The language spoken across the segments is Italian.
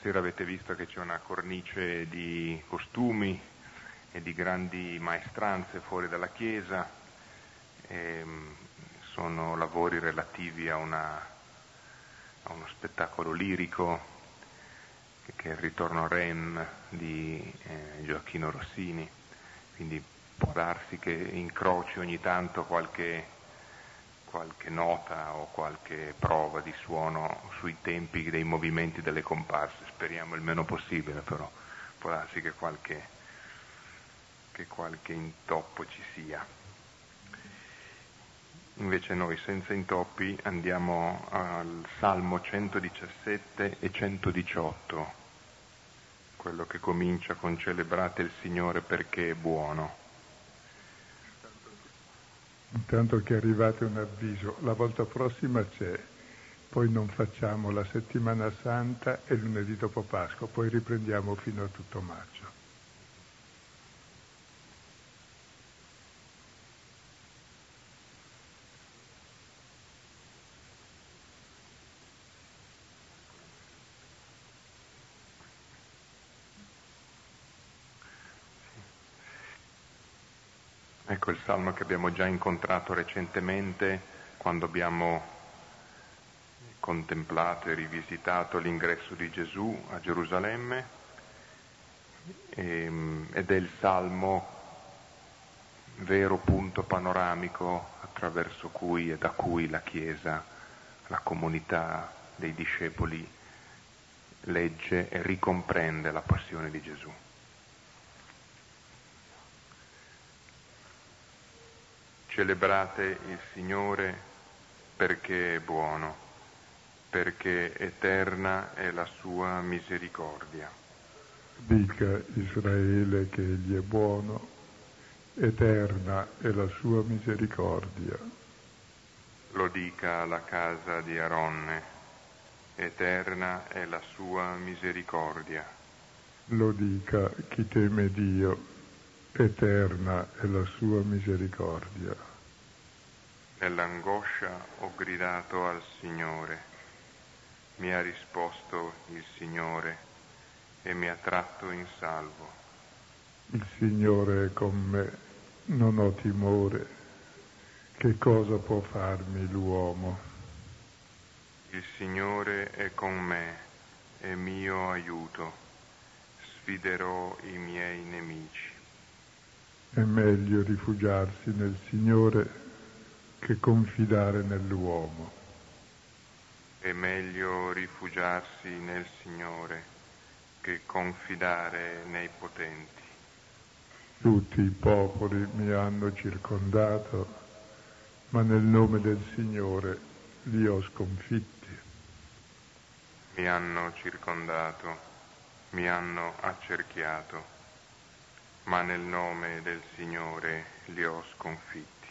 sera avete visto che c'è una cornice di costumi e di grandi maestranze fuori dalla chiesa, sono lavori relativi a uno spettacolo lirico che è il Ritorno a Rem di Gioacchino Rossini, quindi può darsi che incroci ogni tanto qualche nota o qualche prova di suono sui tempi dei movimenti delle comparse, speriamo il meno possibile, però può darsi che qualche intoppo ci sia. Invece noi senza intoppi andiamo al Salmo 117 e 118, quello che comincia con celebrate il Signore perché è buono. Intanto che arrivate un avviso, la volta prossima c'è, poi non facciamo la settimana santa e lunedì dopo Pasqua, poi riprendiamo fino a tutto maggio. Ecco il Salmo che abbiamo già incontrato recentemente quando abbiamo contemplato e rivisitato l'ingresso di Gesù a Gerusalemme, ed è il Salmo vero punto panoramico attraverso cui e da cui la Chiesa, la comunità dei discepoli legge e ricomprende la passione di Gesù. Celebrate il Signore perché è buono, perché eterna è la sua misericordia. Dica Israele che egli è buono, eterna è la sua misericordia. Lo dica la casa di Aronne, eterna è la sua misericordia. Lo dica chi teme Dio, eterna è la sua misericordia. Nell'angoscia ho gridato al Signore, mi ha risposto il Signore e mi ha tratto in salvo. Il Signore è con me, non ho timore, che cosa può farmi l'uomo? Il Signore è con me, è mio aiuto, sfiderò i miei nemici. È meglio rifugiarsi nel Signore che confidare nell'uomo. È meglio rifugiarsi nel Signore che confidare nei potenti. Tutti i popoli mi hanno circondato, ma nel nome del Signore li ho sconfitti. Mi hanno circondato, mi hanno accerchiato, ma nel nome del Signore li ho sconfitti.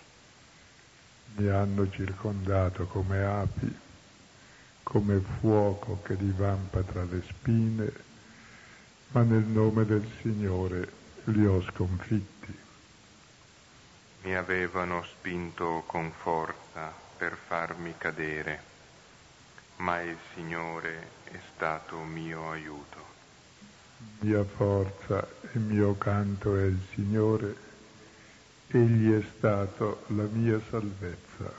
Mi hanno circondato come api, come fuoco che divampa tra le spine, ma nel nome del Signore li ho sconfitti. Mi avevano spinto con forza per farmi cadere, ma il Signore è stato mio aiuto. Mia forza e mio canto è il Signore, egli è stato la mia salvezza.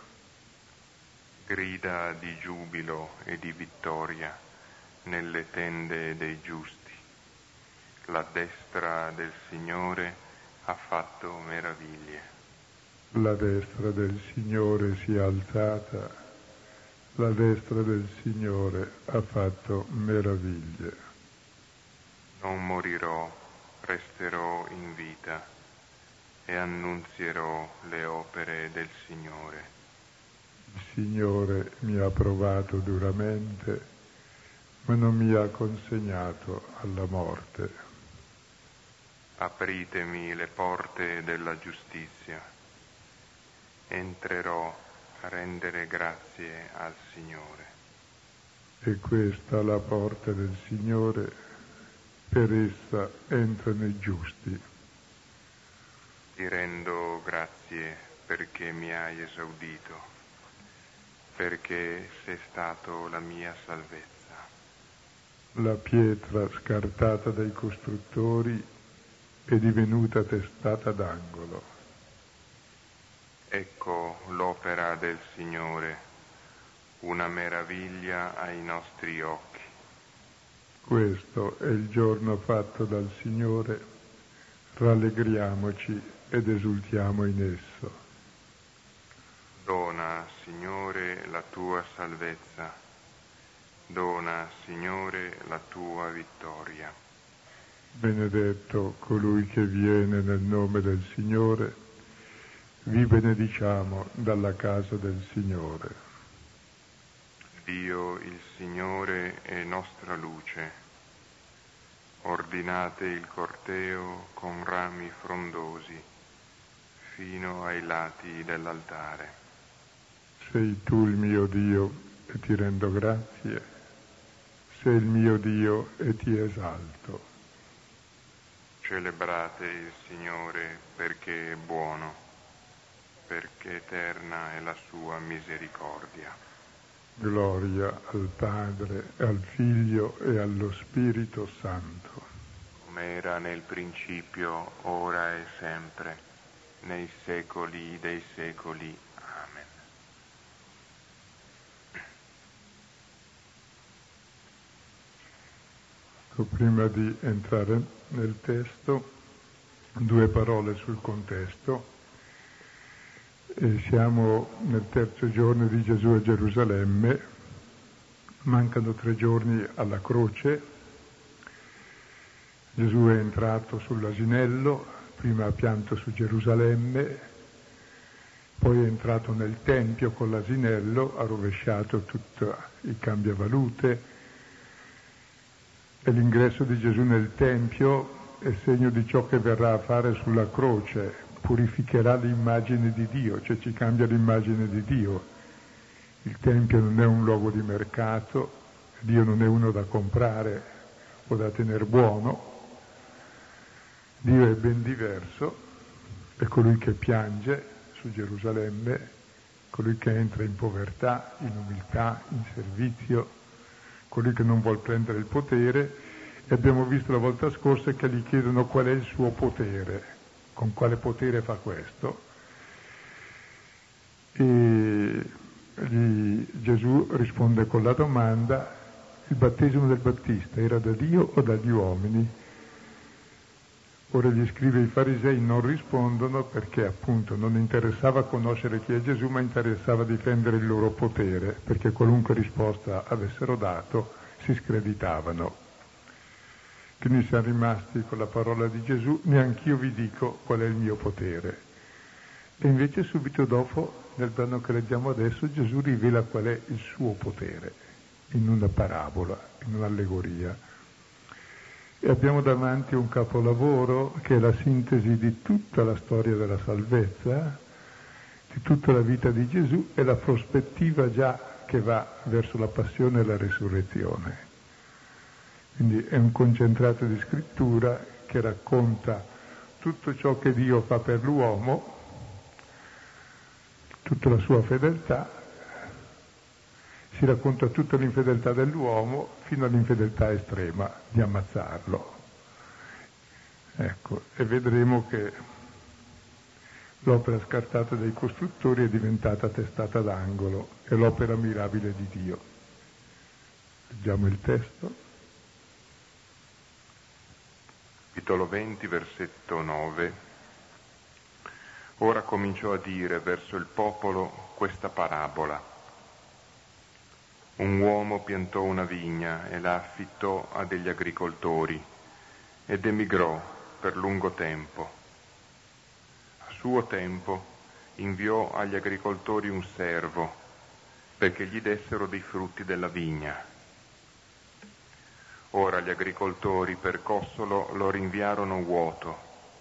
Grida di giubilo e di vittoria nelle tende dei giusti. La destra del Signore ha fatto meraviglie. La destra del Signore si è alzata, la destra del Signore ha fatto meraviglie. Non morirò, resterò in vita e annunzierò le opere del Signore. Il Signore mi ha provato duramente, ma non mi ha consegnato alla morte. Apritemi le porte della giustizia. Entrerò a rendere grazie al Signore. E questa è la porta del Signore, per essa entrano i giusti. Ti rendo grazie perché mi hai esaudito, perché sei stato la mia salvezza. la pietra scartata dai costruttori è divenuta testata d'angolo. Ecco l'opera del Signore, una meraviglia ai nostri occhi. Questo è il giorno fatto dal Signore, rallegriamoci ed esultiamo in esso. Dona, Signore, la tua salvezza, dona, Signore, la tua vittoria. Benedetto colui che viene nel nome del Signore, vi benediciamo dalla casa del Signore. Dio il Signore è nostra luce, ordinate il corteo con rami frondosi fino ai lati dell'altare. Sei tu il mio Dio e ti rendo grazie, sei il mio Dio e ti esalto. Celebrate il Signore perché è buono, perché eterna è la sua misericordia. Gloria al Padre, al Figlio e allo Spirito Santo. Come era nel principio, ora e sempre, nei secoli dei secoli. Amen. Prima di entrare nel testo, 2 parole sul contesto. Siamo nel 3° giorno di Gesù a Gerusalemme, mancano 3 giorni alla croce. Gesù è entrato sull'asinello, prima ha pianto su Gerusalemme, poi è entrato nel Tempio con l'asinello, ha rovesciato tutti i cambiavalute, e l'ingresso di Gesù nel Tempio è segno di ciò che verrà a fare sulla croce, purificherà l'immagine di Dio, cioè ci cambia l'immagine di Dio. Il Tempio non è un luogo di mercato, Dio non è uno da comprare o da tener buono, Dio è ben diverso, è colui che piange su Gerusalemme, colui che entra in povertà, in umiltà, in servizio, colui che non vuol prendere il potere, e abbiamo visto la volta scorsa che gli chiedono qual è il suo potere, con quale potere fa questo. E Gesù risponde con la domanda: il battesimo del Battista era da Dio o dagli uomini? Ora gli scribi e i farisei non rispondono perché appunto non interessava conoscere chi è Gesù, ma interessava difendere il loro potere, perché qualunque risposta avessero dato si screditavano. Quindi siamo rimasti con la parola di Gesù: neanch'io vi dico qual è il mio potere. E invece subito dopo, nel brano che leggiamo adesso, Gesù rivela qual è il suo potere, in una parabola, in un'allegoria. E abbiamo davanti un capolavoro che è la sintesi di tutta la storia della salvezza, di tutta la vita di Gesù e la prospettiva già che va verso la passione e la resurrezione. Quindi è un concentrato di scrittura che racconta tutto ciò che Dio fa per l'uomo, tutta la sua fedeltà, si racconta tutta l'infedeltà dell'uomo fino all'infedeltà estrema di ammazzarlo. Ecco, e vedremo che l'opera scartata dai costruttori è diventata testata d'angolo, è l'opera mirabile di Dio. Leggiamo il testo. Capitolo 20, versetto 9. Ora cominciò a dire verso il popolo questa parabola. Un uomo piantò una vigna e la affittò a degli agricoltori ed emigrò per lungo tempo. A suo tempo inviò agli agricoltori un servo perché gli dessero dei frutti della vigna. Ora gli agricoltori, percossolo, lo rinviarono vuoto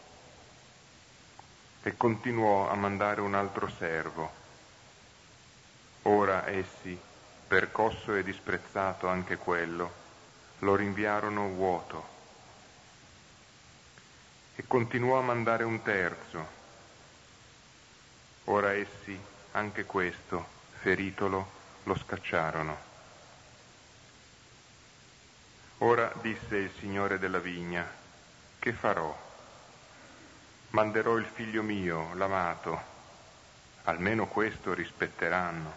e continuò a mandare un altro servo. Ora essi, percosso e disprezzato anche quello, lo rinviarono vuoto. E continuò a mandare un terzo. Ora essi, anche questo, feritolo, lo scacciarono. Ora disse il Signore della vigna: che farò? Manderò il figlio mio, l'amato, almeno questo rispetteranno.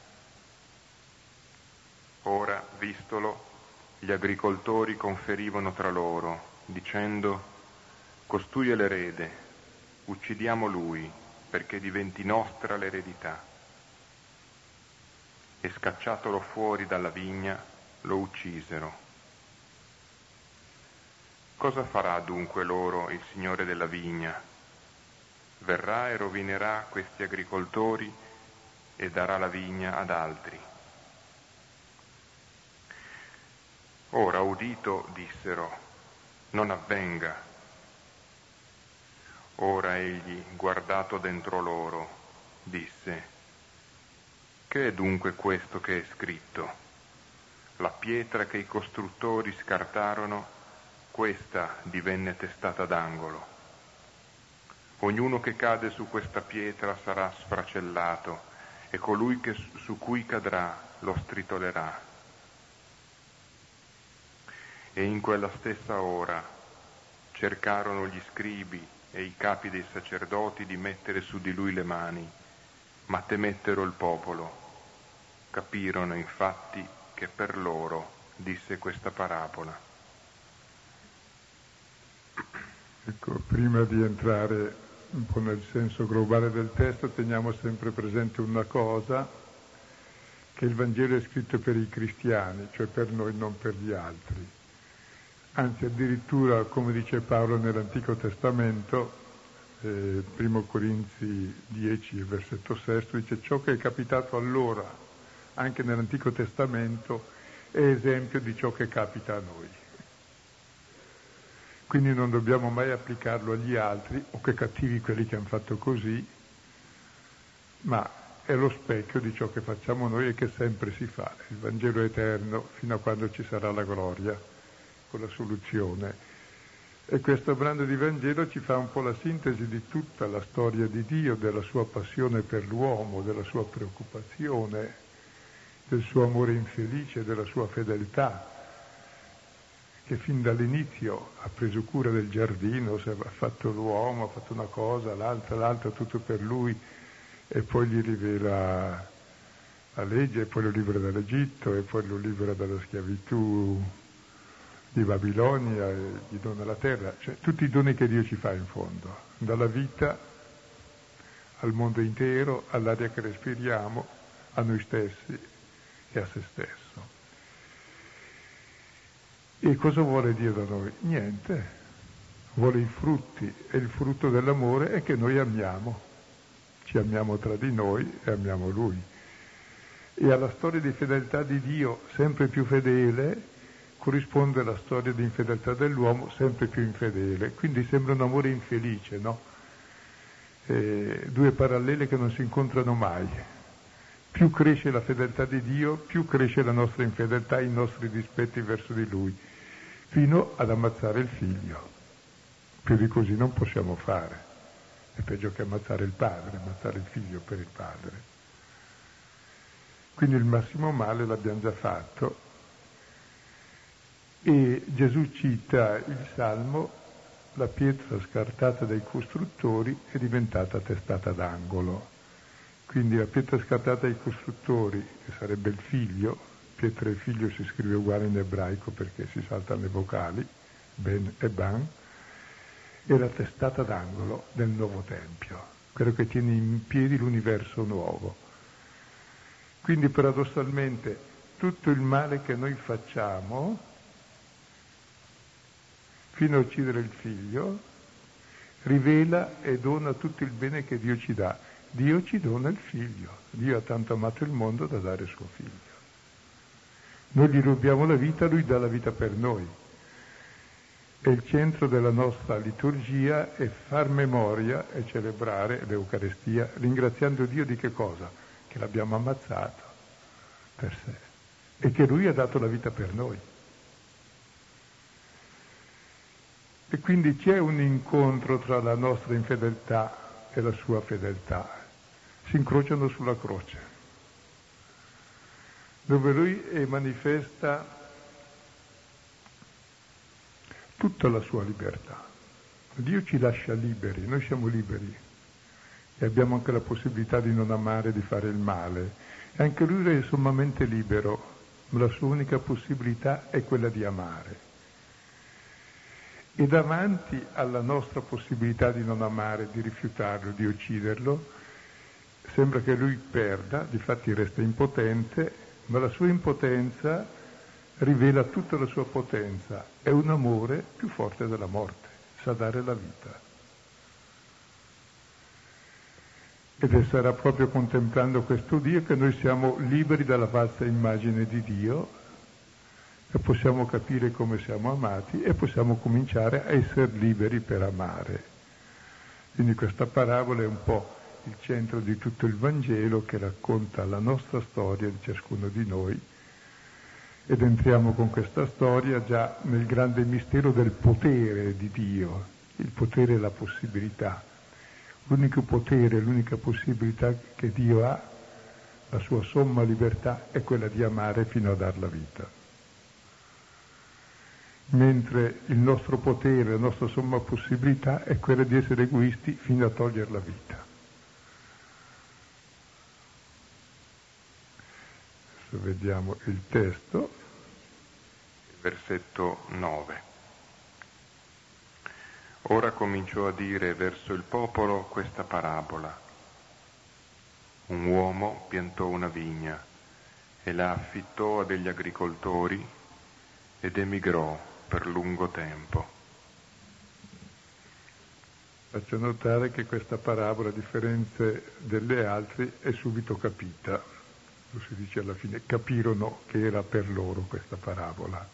Ora, vistolo, gli agricoltori conferivano tra loro, dicendo: costui è l'erede, uccidiamo lui, perché diventi nostra l'eredità. E scacciatolo fuori dalla vigna, lo uccisero. Cosa farà dunque loro il Signore della vigna? Verrà e rovinerà questi agricoltori e darà la vigna ad altri. Ora, udito, dissero: non avvenga. Ora egli, guardato dentro loro, disse: che è dunque questo che è scritto? La pietra che i costruttori scartarono, questa divenne testata d'angolo. Ognuno che cade su questa pietra sarà sfracellato, e colui su cui cadrà lo stritolerà. E in quella stessa ora cercarono gli scribi e i capi dei sacerdoti di mettere su di lui le mani, ma temettero il popolo. Capirono infatti che per loro disse questa parabola. Ecco, prima di entrare un po' nel senso globale del testo, teniamo sempre presente una cosa, che il Vangelo è scritto per i cristiani, cioè per noi, non per gli altri. Anzi, addirittura, come dice Paolo nell'Antico Testamento, 1 Corinzi 10, versetto 6, dice: ciò che è capitato allora, anche nell'Antico Testamento, è esempio di ciò che capita a noi. Quindi non dobbiamo mai applicarlo agli altri, o che cattivi quelli che hanno fatto così, ma è lo specchio di ciò che facciamo noi e che sempre si fa. Il Vangelo è eterno fino a quando ci sarà la gloria, con la soluzione. E questo brano di Vangelo ci fa un po' la sintesi di tutta la storia di Dio, della sua passione per l'uomo, della sua preoccupazione, del suo amore infelice, della sua fedeltà, che fin dall'inizio ha preso cura del giardino, ha fatto l'uomo, ha fatto una cosa, l'altra, tutto per lui, e poi gli rivela la legge, e poi lo libera dall'Egitto, e poi lo libera dalla schiavitù di Babilonia, e gli dona la terra, cioè tutti i doni che Dio ci fa in fondo, dalla vita al mondo intero, all'aria che respiriamo, a noi stessi e a se stesso. E cosa vuole Dio da noi? Niente, vuole i frutti, e il frutto dell'amore è che noi amiamo, ci amiamo tra di noi e amiamo Lui. E alla storia di fedeltà di Dio sempre più fedele corrisponde la storia di infedeltà dell'uomo sempre più infedele, quindi sembra un amore infelice, no? Due parallele che non si incontrano mai. Più cresce la fedeltà di Dio, più cresce la nostra infedeltà, i nostri dispetti verso di Lui, fino ad ammazzare il figlio. Più di così non possiamo fare. È peggio che ammazzare il padre, ammazzare il figlio per il padre. Quindi il massimo male l'abbiamo già fatto. E Gesù cita il Salmo: la pietra scartata dai costruttori è diventata testata d'angolo. Quindi la pietra scartata dai costruttori, che sarebbe il figlio, pietra e figlio si scrive uguale in ebraico perché si saltano le vocali, ben e ban, è la testata d'angolo del nuovo Tempio, quello che tiene in piedi l'universo nuovo. Quindi paradossalmente tutto il male che noi facciamo fino a uccidere il figlio rivela e dona tutto il bene che Dio ci dà. Dio ci dona il figlio, Dio ha tanto amato il mondo da dare suo figlio. Noi gli rubiamo la vita, lui dà la vita per noi. E il centro della nostra liturgia è far memoria e celebrare l'Eucarestia, ringraziando Dio di che cosa? Che l'abbiamo ammazzato per sé e che lui ha dato la vita per noi. E quindi c'è un incontro tra la nostra infedeltà e la sua fedeltà. Si incrociano sulla croce, dove lui manifesta tutta la sua libertà. Dio ci lascia liberi, noi siamo liberi e abbiamo anche la possibilità di non amare, di fare il male. E anche lui è sommamente libero, ma la sua unica possibilità è quella di amare. E davanti alla nostra possibilità di non amare, di rifiutarlo, di ucciderlo, sembra che lui perda, difatti resta impotente, ma la sua impotenza rivela tutta la sua potenza. È un amore più forte della morte, sa dare la vita. Ed sarà proprio contemplando questo Dio che noi siamo liberi dalla falsa immagine di Dio e possiamo capire come siamo amati e possiamo cominciare a essere liberi per amare. Quindi questa parabola è un po' il centro di tutto il Vangelo che racconta la nostra storia di ciascuno di noi ed entriamo con questa storia già nel grande mistero del potere di Dio, il potere e la possibilità. L'unico potere, l'unica possibilità che Dio ha, la sua somma libertà, è quella di amare fino a dar la vita. Mentre il nostro potere, la nostra somma possibilità è quella di essere egoisti fino a togliere la vita. Adesso vediamo il testo. Versetto 9. Ora cominciò a dire verso il popolo questa parabola. Un uomo piantò una vigna e la affittò a degli agricoltori ed emigrò per lungo tempo. Faccio notare che questa parabola, a differenza delle altre, è subito capita. Lo si dice alla fine, capirono che era per loro questa parabola.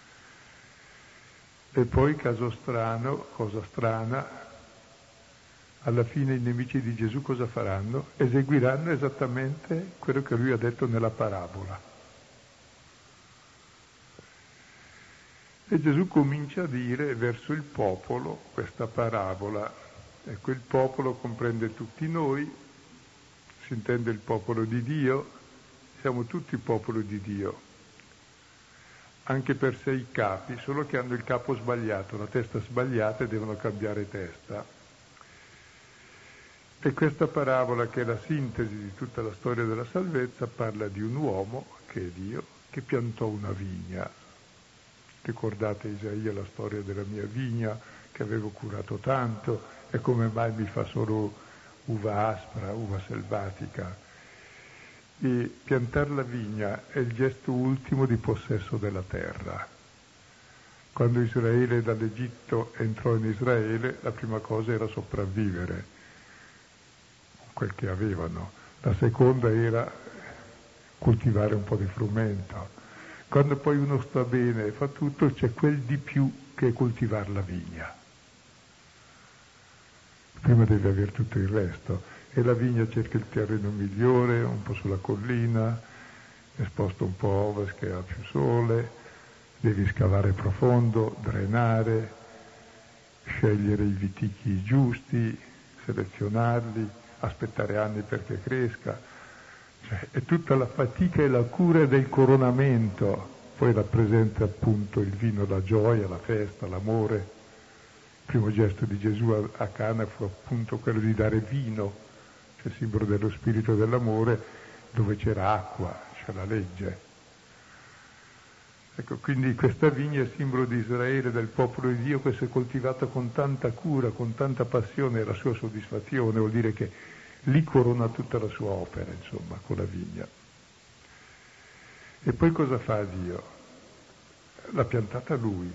E poi, caso strano, cosa strana, alla fine i nemici di Gesù cosa faranno? Eseguiranno esattamente quello che lui ha detto nella parabola. E Gesù comincia a dire verso il popolo questa parabola. Ecco, il popolo comprende tutti noi, si intende il popolo di Dio, siamo tutti popolo di Dio. Anche per 6 capi, solo che hanno il capo sbagliato, la testa sbagliata e devono cambiare testa. E questa parabola, che è la sintesi di tutta la storia della salvezza, parla di un uomo, che è Dio, che piantò una vigna. Ricordate Isaia, la storia della mia vigna, che avevo curato tanto, e come mai mi fa solo uva aspra, uva selvatica? E piantare la vigna è il gesto ultimo di possesso della terra. Quando Israele dall'Egitto entrò in Israele, la prima cosa era sopravvivere con quel che avevano. La seconda era coltivare un po' di frumento. Quando poi uno sta bene e fa tutto, c'è quel di più che è coltivare la vigna. Prima deve avere tutto il resto. E la vigna cerca il terreno migliore, un po' sulla collina, esposto un po' a ovest che ha più sole, devi scavare profondo, drenare, scegliere i viticchi giusti, selezionarli, aspettare anni perché cresca. Cioè, è tutta la fatica e la cura del coronamento, poi rappresenta appunto il vino, la gioia, la festa, l'amore. Il primo gesto di Gesù a Cana fu appunto quello di dare vino, cioè il simbolo dello spirito e dell'amore, dove c'era acqua, c'è la legge. Ecco, quindi questa vigna è simbolo di Israele, del popolo di Dio, che si è coltivata con tanta cura, con tanta passione, e la sua soddisfazione vuol dire che lì corona tutta la sua opera, insomma, con la vigna. E poi cosa fa Dio? L'ha piantata lui.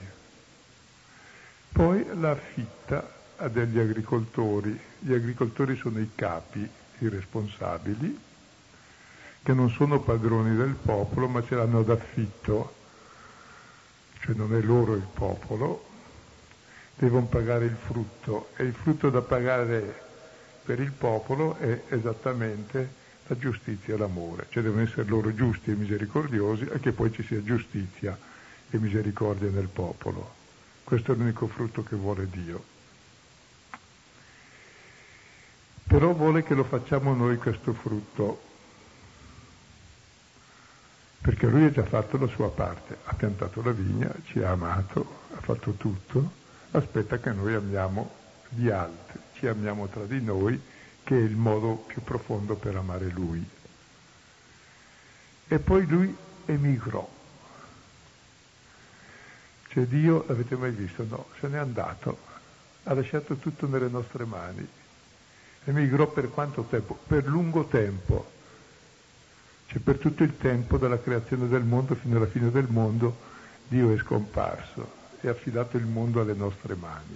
Poi la affitta a degli agricoltori. Gli agricoltori sono i capi, i responsabili, che non sono padroni del popolo, ma ce l'hanno d'affitto, cioè non è loro il popolo, devono pagare il frutto, e il frutto da pagare per il popolo è esattamente la giustizia e l'amore, cioè devono essere loro giusti e misericordiosi e che poi ci sia giustizia e misericordia nel popolo. Questo è l'unico frutto che vuole Dio. Però vuole che lo facciamo noi questo frutto. perché lui ha già fatto la sua parte, ha piantato la vigna, ci ha amato, ha fatto tutto, aspetta che noi amiamo gli altri, ci amiamo tra di noi, che è il modo più profondo per amare lui. E poi lui emigrò. Cioè Dio, l'avete mai visto? No, se n'è andato, ha lasciato tutto nelle nostre mani. Emigrò per quanto tempo? Per lungo tempo. Cioè per tutto il tempo dalla creazione del mondo fino alla fine del mondo Dio è scomparso e ha affidato il mondo alle nostre mani.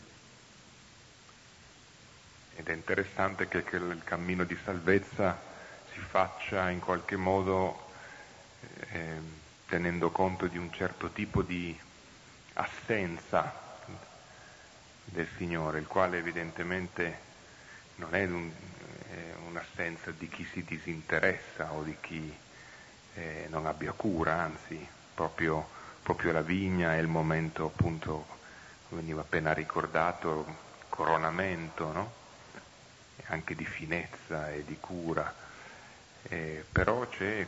Ed è interessante che il cammino di salvezza si faccia in qualche modo tenendo conto di un certo tipo di assenza del Signore, il quale evidentemente non è un'assenza di chi si disinteressa o di chi non abbia cura, anzi proprio la vigna è il momento, appunto, veniva appena ricordato, coronamento, no? Anche di finezza e di cura, però c'è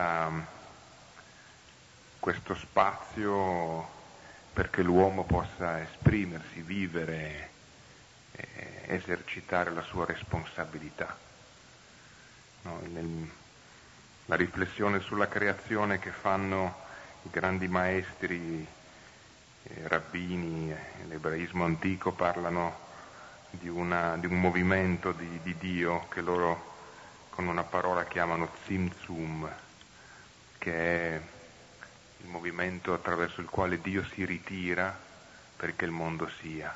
questo spazio perché l'uomo possa esprimersi, vivere, esercitare la sua responsabilità. No? La riflessione sulla creazione che fanno i grandi maestri, rabbini, l'ebraismo antico parlano di un movimento di Dio che loro con una parola chiamano Tzimtzum, che è il movimento attraverso il quale Dio si ritira perché il mondo sia.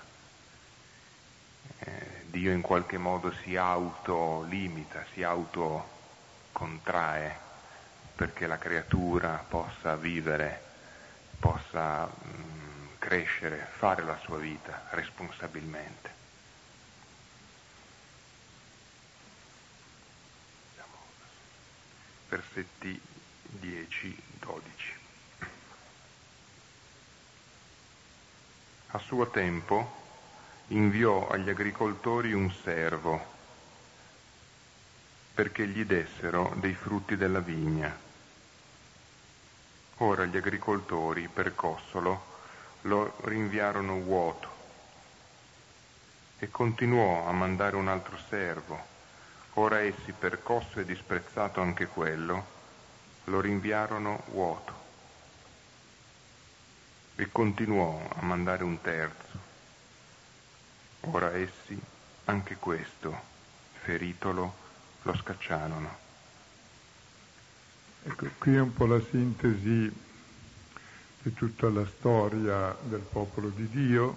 Dio in qualche modo si autolimita, si autocontrae perché la creatura possa vivere, possa crescere, fare la sua vita responsabilmente. Versetti 10-12. A suo tempo inviò agli agricoltori un servo perché gli dessero dei frutti della vigna. Ora gli agricoltori, percossolo, lo rinviarono vuoto e continuò a mandare un altro servo. Ora essi, percosso e disprezzato anche quello, lo rinviarono vuoto. E continuò a mandare un terzo. Ora essi, anche questo, feritolo, lo scacciarono. Ecco, qui è un po' la sintesi di tutta la storia del popolo di Dio,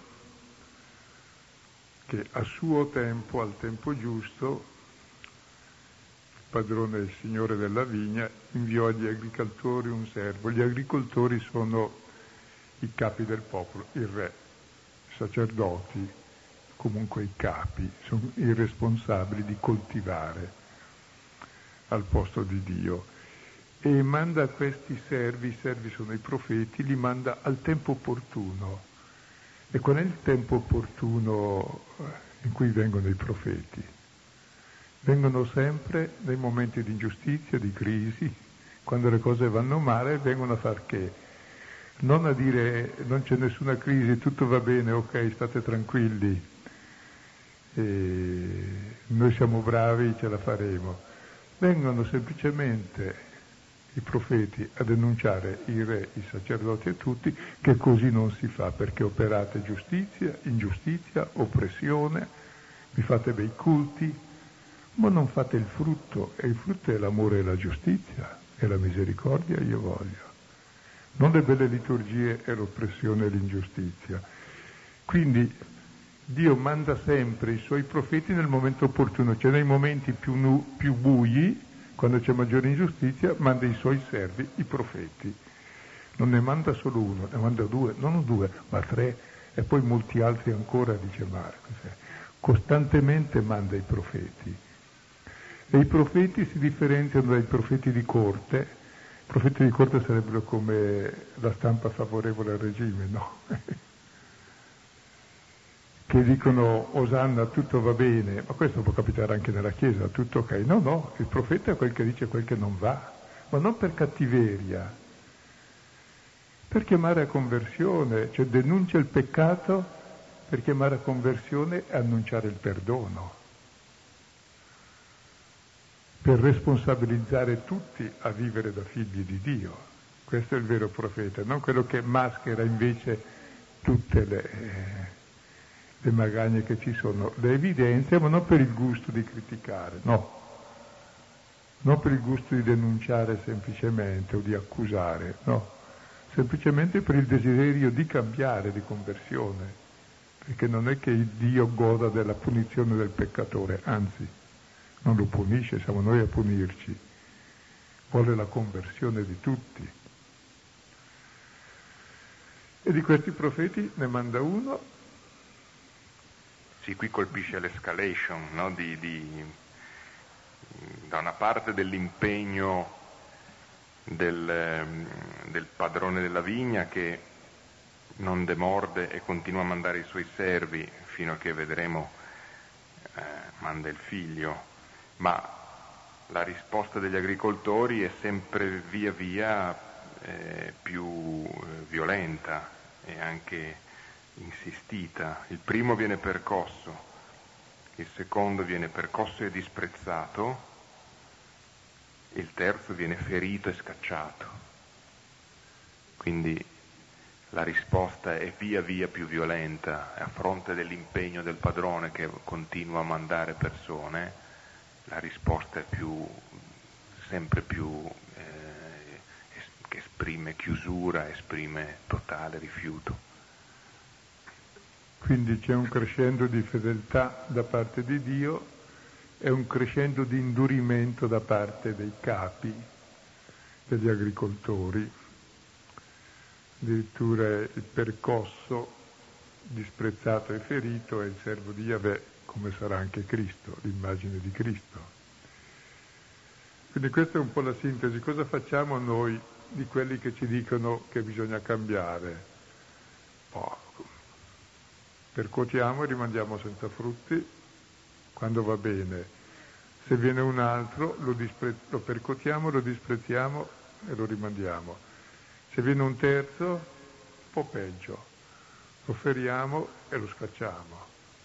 che a suo tempo, al tempo giusto, padrone il signore della vigna inviò agli agricoltori un servo. Gli agricoltori sono i capi del popolo, il re, i sacerdoti, comunque i capi, sono i responsabili di coltivare al posto di Dio. E manda questi servi, i servi sono i profeti, li manda al tempo opportuno. E qual è il tempo opportuno in cui vengono i profeti? Vengono sempre nei momenti di ingiustizia, di crisi, quando le cose vanno male, vengono a far che? Non a dire non c'è nessuna crisi, tutto va bene, ok, state tranquilli, noi siamo bravi, ce la faremo. Vengono semplicemente i profeti a denunciare i re, i sacerdoti e tutti che così non si fa, perché operate giustizia, ingiustizia, oppressione, vi fate bei culti, ma non fate il frutto, e il frutto è l'amore e la giustizia, e la misericordia io voglio. Non le belle liturgie e l'oppressione e l'ingiustizia. Quindi Dio manda sempre i suoi profeti nel momento opportuno, cioè nei momenti più bui, quando c'è maggiore ingiustizia, manda i suoi servi, i profeti. Non ne manda solo uno, ne manda due, non due, ma tre, e poi molti altri ancora, dice Marco. Costantemente manda i profeti. E i profeti si differenziano dai profeti di corte. I profeti di corte sarebbero come la stampa favorevole al regime, no? Che dicono Osanna, tutto va bene, ma questo può capitare anche nella Chiesa, tutto ok. No, il profeta è quel che dice quel che non va, ma non per cattiveria, per chiamare a conversione, cioè denuncia il peccato per chiamare a conversione e annunciare il perdono, per responsabilizzare tutti a vivere da figli di Dio. Questo è il vero profeta, non quello che maschera invece tutte le magagne che ci sono, le evidenzia, ma non per il gusto di criticare, no, non per il gusto di denunciare semplicemente o di accusare, no, semplicemente per il desiderio di cambiare, di conversione, perché non è che il Dio goda della punizione del peccatore, anzi, non lo punisce, siamo noi a punirci, vuole la conversione di tutti. E di questi profeti ne manda uno. Sì, qui colpisce l'escalation, no? Da una parte dell'impegno del padrone della vigna che non demorde e continua a mandare i suoi servi fino a che vedremo manda il figlio, ma la risposta degli agricoltori è sempre via via più violenta e anche insistita. Il primo viene percosso, il secondo viene percosso e disprezzato, il terzo viene ferito e scacciato. Quindi la risposta è via via più violenta, a fronte dell'impegno del padrone che continua a mandare persone, la risposta è sempre più che esprime chiusura, esprime totale rifiuto. Quindi c'è un crescendo di fedeltà da parte di Dio e un crescendo di indurimento da parte dei capi, degli agricoltori. Addirittura il percosso, disprezzato e ferito è il servo di Yahweh, come sarà anche Cristo, l'immagine di Cristo. Quindi questa è un po' la sintesi. Cosa facciamo noi di quelli che ci dicono che bisogna cambiare? Percuotiamo e rimandiamo senza frutti quando va bene. Se viene un altro lo percuotiamo, lo disprezziamo e lo rimandiamo. Se viene un terzo, un po' peggio, lo feriamo e lo scacciamo,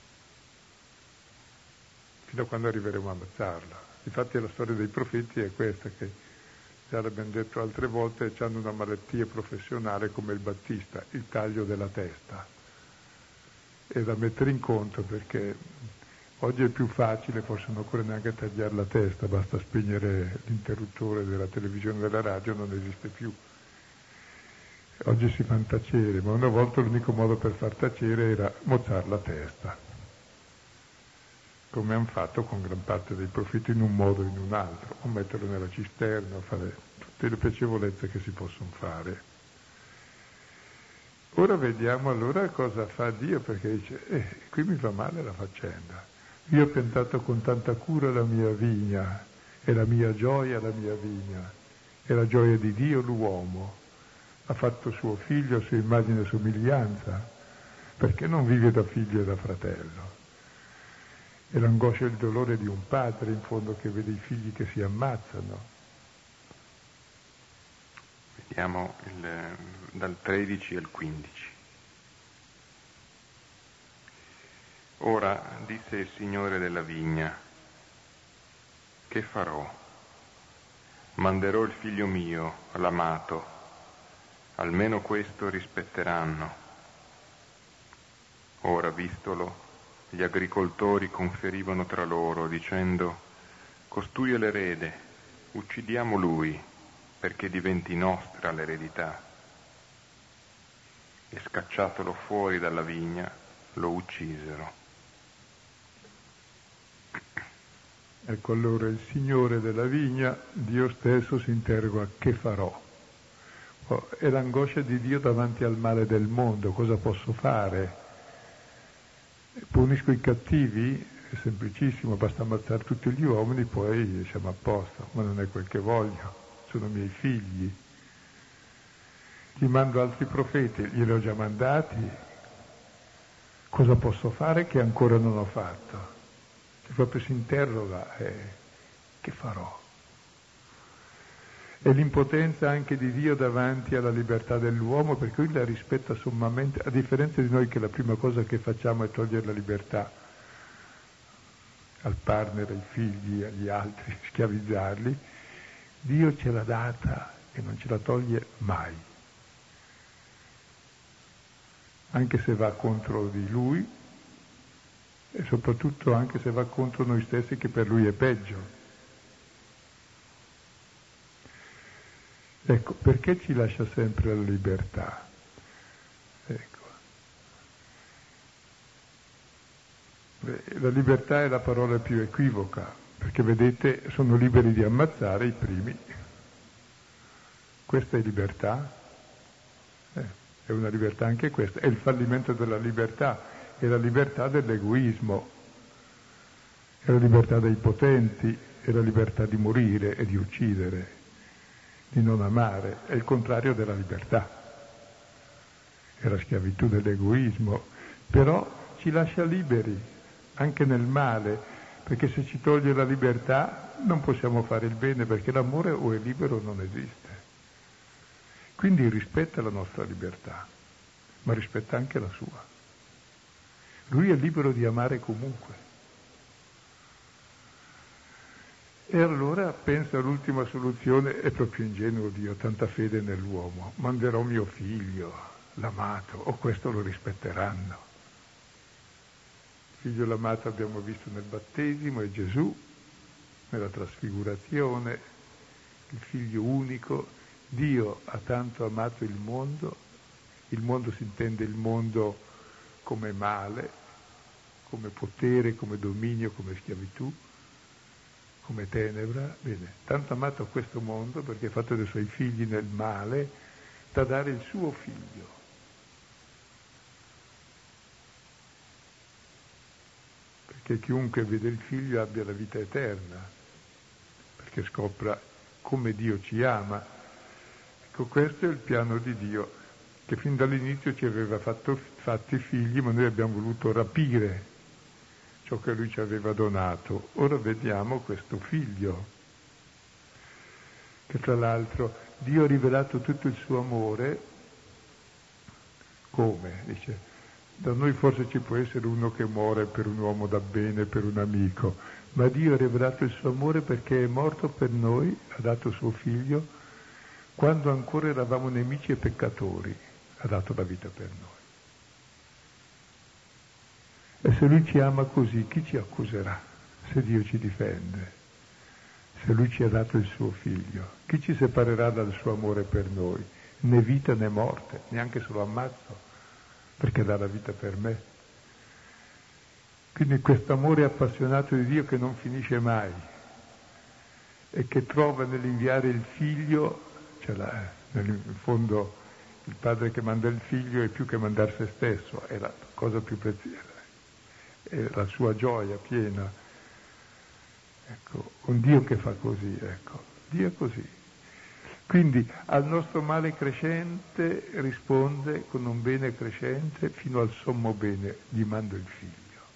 fino a quando arriveremo a ammazzarlo. Infatti la storia dei profeti è questa, che già l'abbiamo detto altre volte, hanno una malattia professionale come il Battista, il taglio della testa. È da mettere in conto perché oggi è più facile, forse non occorre neanche tagliare la testa, basta spegnere l'interruttore della televisione o della radio, non esiste più. Oggi si fanno tacere, ma una volta l'unico modo per far tacere era mozzare la testa, come hanno fatto con gran parte dei profeti in un modo o in un altro, o metterlo nella cisterna, o fare tutte le piacevolezze che si possono fare. Ora vediamo allora cosa fa Dio, perché dice, qui mi va male la faccenda. Io ho piantato con tanta cura la mia vigna, e la mia gioia la mia vigna, e la gioia di Dio l'uomo. Ha fatto suo figlio a sua immagine e somiglianza, perché non vive da figlio e da fratello? E l'angoscia e il dolore di un padre, in fondo, che vede i figli che si ammazzano. Vediamo dal 13 al 15. Ora disse il Signore della vigna: che farò? Manderò il figlio mio, l'amato, almeno questo rispetteranno. Ora, vistolo, gli agricoltori conferivano tra loro, dicendo: costui è l'erede, uccidiamo lui, perché diventi nostra l'eredità. E scacciatolo fuori dalla vigna, lo uccisero. Ecco allora il Signore della vigna, Dio stesso, si interroga: che farò? È l'angoscia di Dio davanti al male del mondo, cosa posso fare? Punisco i cattivi? È semplicissimo, basta ammazzare tutti gli uomini, poi siamo a posto, ma non è quel che voglio, sono miei figli. Gli mando altri profeti, glieli ho già mandati, cosa posso fare che ancora non ho fatto? Proprio si interroga, che farò? È l'impotenza anche di Dio davanti alla libertà dell'uomo, perché lui la rispetta sommamente, a differenza di noi che la prima cosa che facciamo è togliere la libertà al partner, ai figli, agli altri, schiavizzarli. Dio ce l'ha data e non ce la toglie mai, anche se va contro di lui e soprattutto anche se va contro noi stessi, che per lui è peggio. Ecco, perché ci lascia sempre la libertà? Ecco. La libertà è la parola più equivoca, perché vedete, sono liberi di ammazzare i primi. Questa è libertà? È una libertà anche questa. È il fallimento della libertà, è la libertà dell'egoismo, è la libertà dei potenti, è la libertà di morire e di uccidere, di non amare, è il contrario della libertà, è la schiavitù dell'egoismo, però ci lascia liberi anche nel male, perché se ci toglie la libertà non possiamo fare il bene, perché l'amore o è libero o non esiste. Quindi rispetta la nostra libertà, ma rispetta anche la sua. Lui è libero di amare comunque. E allora pensa all'ultima soluzione, è proprio ingenuo Dio, tanta fede nell'uomo. Manderò mio figlio, l'amato, o questo lo rispetteranno. Il figlio l'amato abbiamo visto nel battesimo, è Gesù, nella trasfigurazione, il figlio unico. Dio ha tanto amato il mondo si intende il mondo come male, come potere, come dominio, come schiavitù, come tenebra. Bene, tanto amato questo mondo perché ha fatto dei suoi figli nel male, da dare il suo figlio. Perché chiunque vede il figlio abbia la vita eterna, perché scopra come Dio ci ama. Ecco, questo è il piano di Dio, che fin dall'inizio ci aveva fatti figli, ma noi abbiamo voluto rapire ciò che lui ci aveva donato. Ora vediamo questo figlio, che tra l'altro Dio ha rivelato tutto il suo amore. Come? Dice, da noi forse ci può essere uno che muore per un uomo da bene, per un amico, ma Dio ha rivelato il suo amore perché è morto per noi, ha dato suo figlio, quando ancora eravamo nemici e peccatori, ha dato la vita per noi. E se lui ci ama così, chi ci accuserà? Se Dio ci difende, se lui ci ha dato il suo figlio, chi ci separerà dal suo amore per noi? Né vita né morte, neanche se lo ammazzo, perché dà la vita per me. Quindi questo amore appassionato di Dio che non finisce mai e che trova nell'inviare il figlio, in fondo il padre che manda il figlio è più che mandare se stesso, è la cosa più preziosa, è la sua gioia piena. Ecco, un Dio che fa così, ecco, Dio è così. Quindi al nostro male crescente risponde con un bene crescente fino al sommo bene, gli mando il figlio.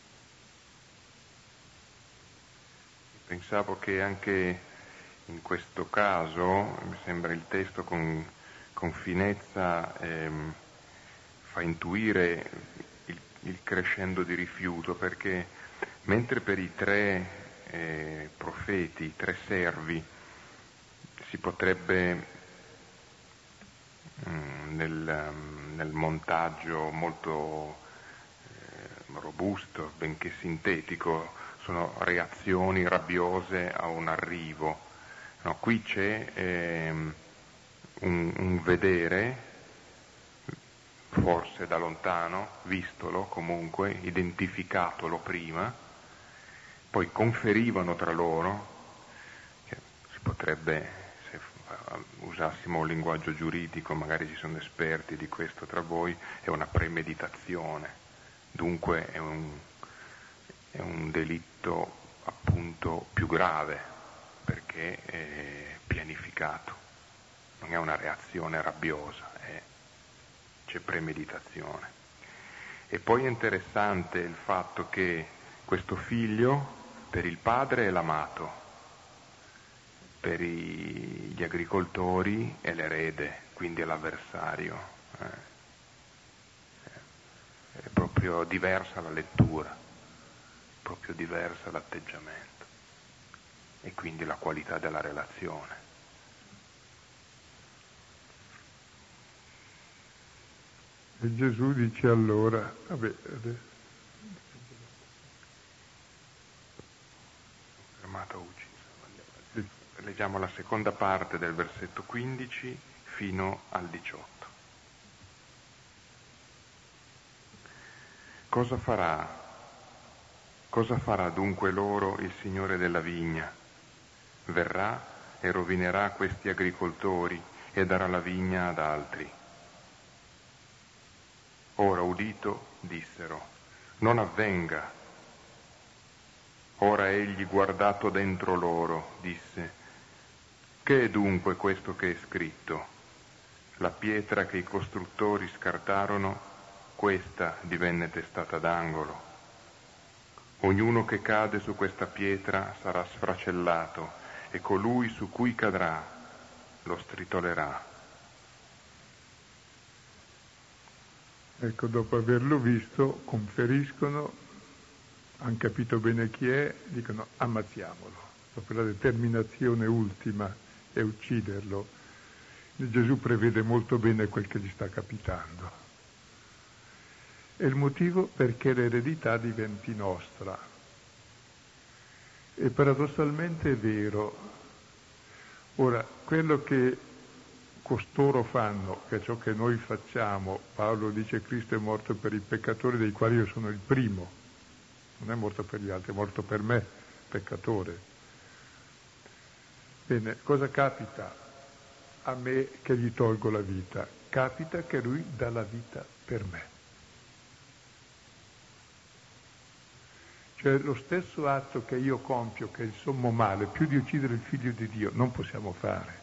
Pensavo che anche in questo caso, mi sembra il testo con finezza fa intuire il crescendo di rifiuto, perché mentre per i tre profeti, i tre servi, si potrebbe nel montaggio molto robusto, benché sintetico, sono reazioni rabbiose a un arrivo. No, qui c'è un vedere, forse da lontano, vistolo comunque, identificatolo prima, poi conferivano tra loro, che si potrebbe, se usassimo un linguaggio giuridico, magari ci sono esperti di questo tra voi, è una premeditazione, dunque è un delitto appunto più grave, perché è pianificato, non è una reazione rabbiosa, c'è premeditazione. E poi è interessante il fatto che questo figlio per il padre è l'amato, per gli gli agricoltori e l'erede, quindi è l'avversario. È proprio diversa la lettura, proprio diversa l'atteggiamento e quindi la qualità della relazione. E Gesù dice allora, Leggiamo la seconda parte del versetto 15 fino al 18. Cosa farà dunque loro il Signore della vigna? Verrà e rovinerà questi agricoltori e darà la vigna ad altri. Ora udito, dissero, non avvenga. Ora egli, guardato dentro loro, disse, che è dunque questo che è scritto? La pietra che i costruttori scartarono, questa divenne testata d'angolo. Ognuno che cade su questa pietra sarà sfracellato e colui su cui cadrà lo stritolerà. Ecco, dopo averlo visto, conferiscono, hanno capito bene chi è, dicono ammazziamolo. Dopo la determinazione ultima è ucciderlo. E Gesù prevede molto bene quel che gli sta capitando. È il motivo perché l'eredità diventi nostra. E paradossalmente è vero. Ora, quello che costoro fanno, che è ciò che noi facciamo, Paolo dice Cristo è morto per i peccatori dei quali io sono il primo, non è morto per gli altri, è morto per me, peccatore. Bene, cosa capita a me che gli tolgo la vita? Capita che lui dà la vita per me. Cioè lo stesso atto che io compio, che è il sommo male, più di uccidere il figlio di Dio, non possiamo fare.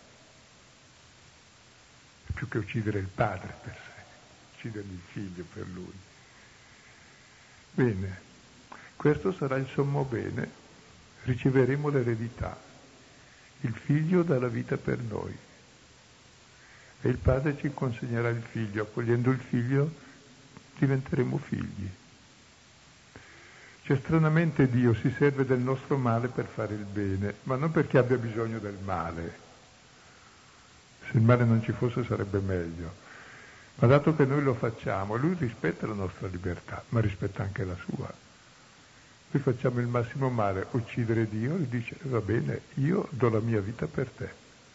Più che uccidere il padre per sé, uccidere il figlio per lui. Bene, questo sarà il sommo bene, riceveremo l'eredità. Il figlio dà la vita per noi e il padre ci consegnerà il figlio, accogliendo il figlio diventeremo figli. Cioè stranamente Dio si serve del nostro male per fare il bene, ma non perché abbia bisogno del male. Se il male non ci fosse sarebbe meglio. Ma dato che noi lo facciamo, lui rispetta la nostra libertà, ma rispetta anche la sua. Noi facciamo il massimo male, uccidere Dio, e dice, va bene, io do la mia vita per te.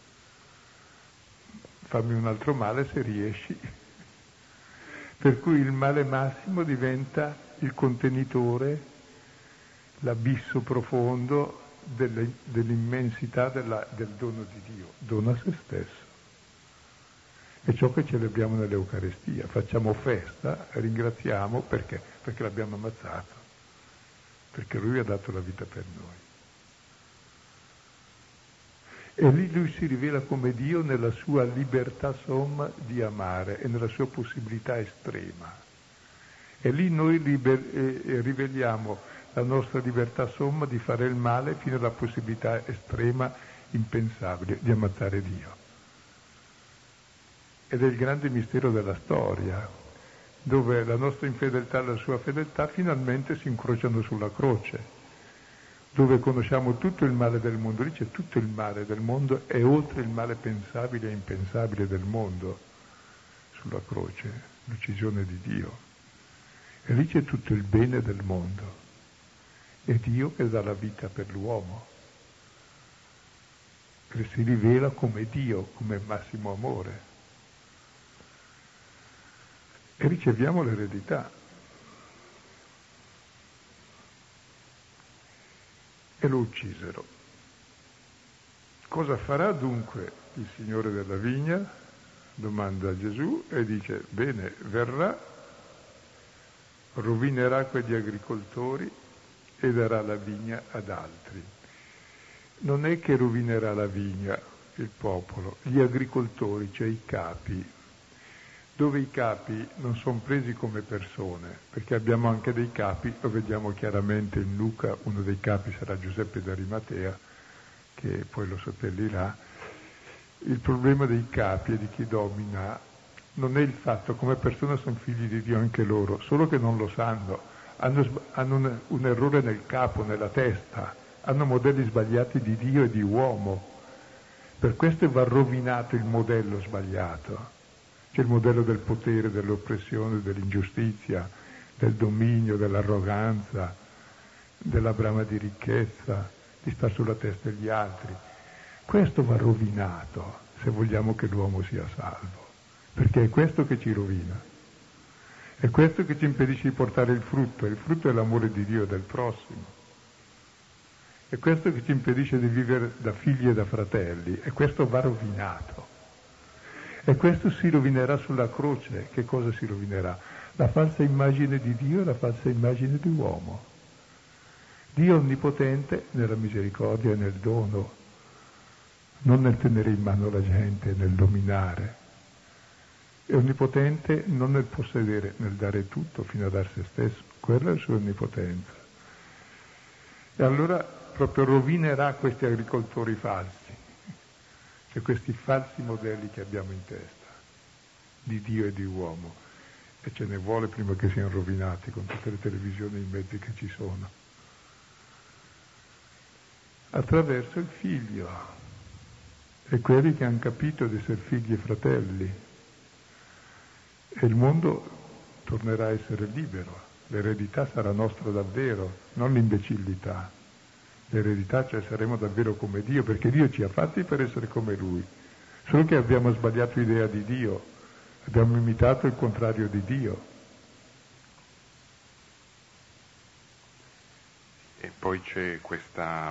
Fammi un altro male se riesci. Per cui il male massimo diventa il contenitore, l'abisso profondo dell'immensità del dono di Dio. Dona se stesso. È ciò che celebriamo nell'Eucarestia. Facciamo festa, ringraziamo perché l'abbiamo ammazzato, perché lui ha dato la vita per noi. E lì lui si rivela come Dio nella sua libertà somma di amare e nella sua possibilità estrema. E lì noi riveliamo la nostra libertà somma di fare il male fino alla possibilità estrema, impensabile, di ammazzare Dio. Ed è il grande mistero della storia, dove la nostra infedeltà e la sua fedeltà finalmente si incrociano sulla croce, dove conosciamo tutto il male del mondo. Lì c'è tutto il male del mondo e oltre il male pensabile e impensabile del mondo, sulla croce, l'uccisione di Dio. E lì c'è tutto il bene del mondo. È Dio che dà la vita per l'uomo, che si rivela come Dio, come massimo amore. E riceviamo l'eredità. E lo uccisero. Cosa farà dunque il Signore della vigna? Domanda Gesù e dice, bene, verrà, rovinerà quegli agricoltori e darà la vigna ad altri. Non è che rovinerà la vigna, il popolo, gli agricoltori, cioè i capi, dove i capi non sono presi come persone, perché abbiamo anche dei capi, lo vediamo chiaramente in Luca, uno dei capi sarà Giuseppe d'Arimatea, che poi lo seppellirà, Il problema dei capi e di chi domina non è il fatto, come persone sono figli di Dio anche loro, solo che non lo sanno, hanno un errore nel capo, nella testa, hanno modelli sbagliati di Dio e di uomo. Per questo va rovinato il modello sbagliato. C'è il modello del potere, dell'oppressione, dell'ingiustizia, del dominio, dell'arroganza, della brama di ricchezza, di star sulla testa degli altri. Questo va rovinato se vogliamo che l'uomo sia salvo, perché è questo che ci rovina, è questo che ci impedisce di portare il frutto è l'amore di Dio e del prossimo, è questo che ci impedisce di vivere da figli e da fratelli, e questo va rovinato. E questo si rovinerà sulla croce. Che cosa si rovinerà? La falsa immagine di Dio e la falsa immagine di uomo. Dio onnipotente nella misericordia e nel dono, non nel tenere in mano la gente, nel dominare. È onnipotente non nel possedere, nel dare tutto fino a dar se stesso. Quella è la sua onnipotenza. E allora proprio rovinerà questi agricoltori falsi, cioè questi falsi modelli che abbiamo in testa, di Dio e di uomo. E ce ne vuole prima che siano rovinati con tutte le televisioni e i mezzi che ci sono. Attraverso il figlio. E quelli che hanno capito di essere figli e fratelli. E il mondo tornerà a essere libero. L'eredità sarà nostra davvero, non l'imbecillità. L'eredità, cioè saremo davvero come Dio, perché Dio ci ha fatti per essere come Lui. Solo che abbiamo sbagliato idea di Dio, abbiamo imitato il contrario di Dio. E poi c'è questa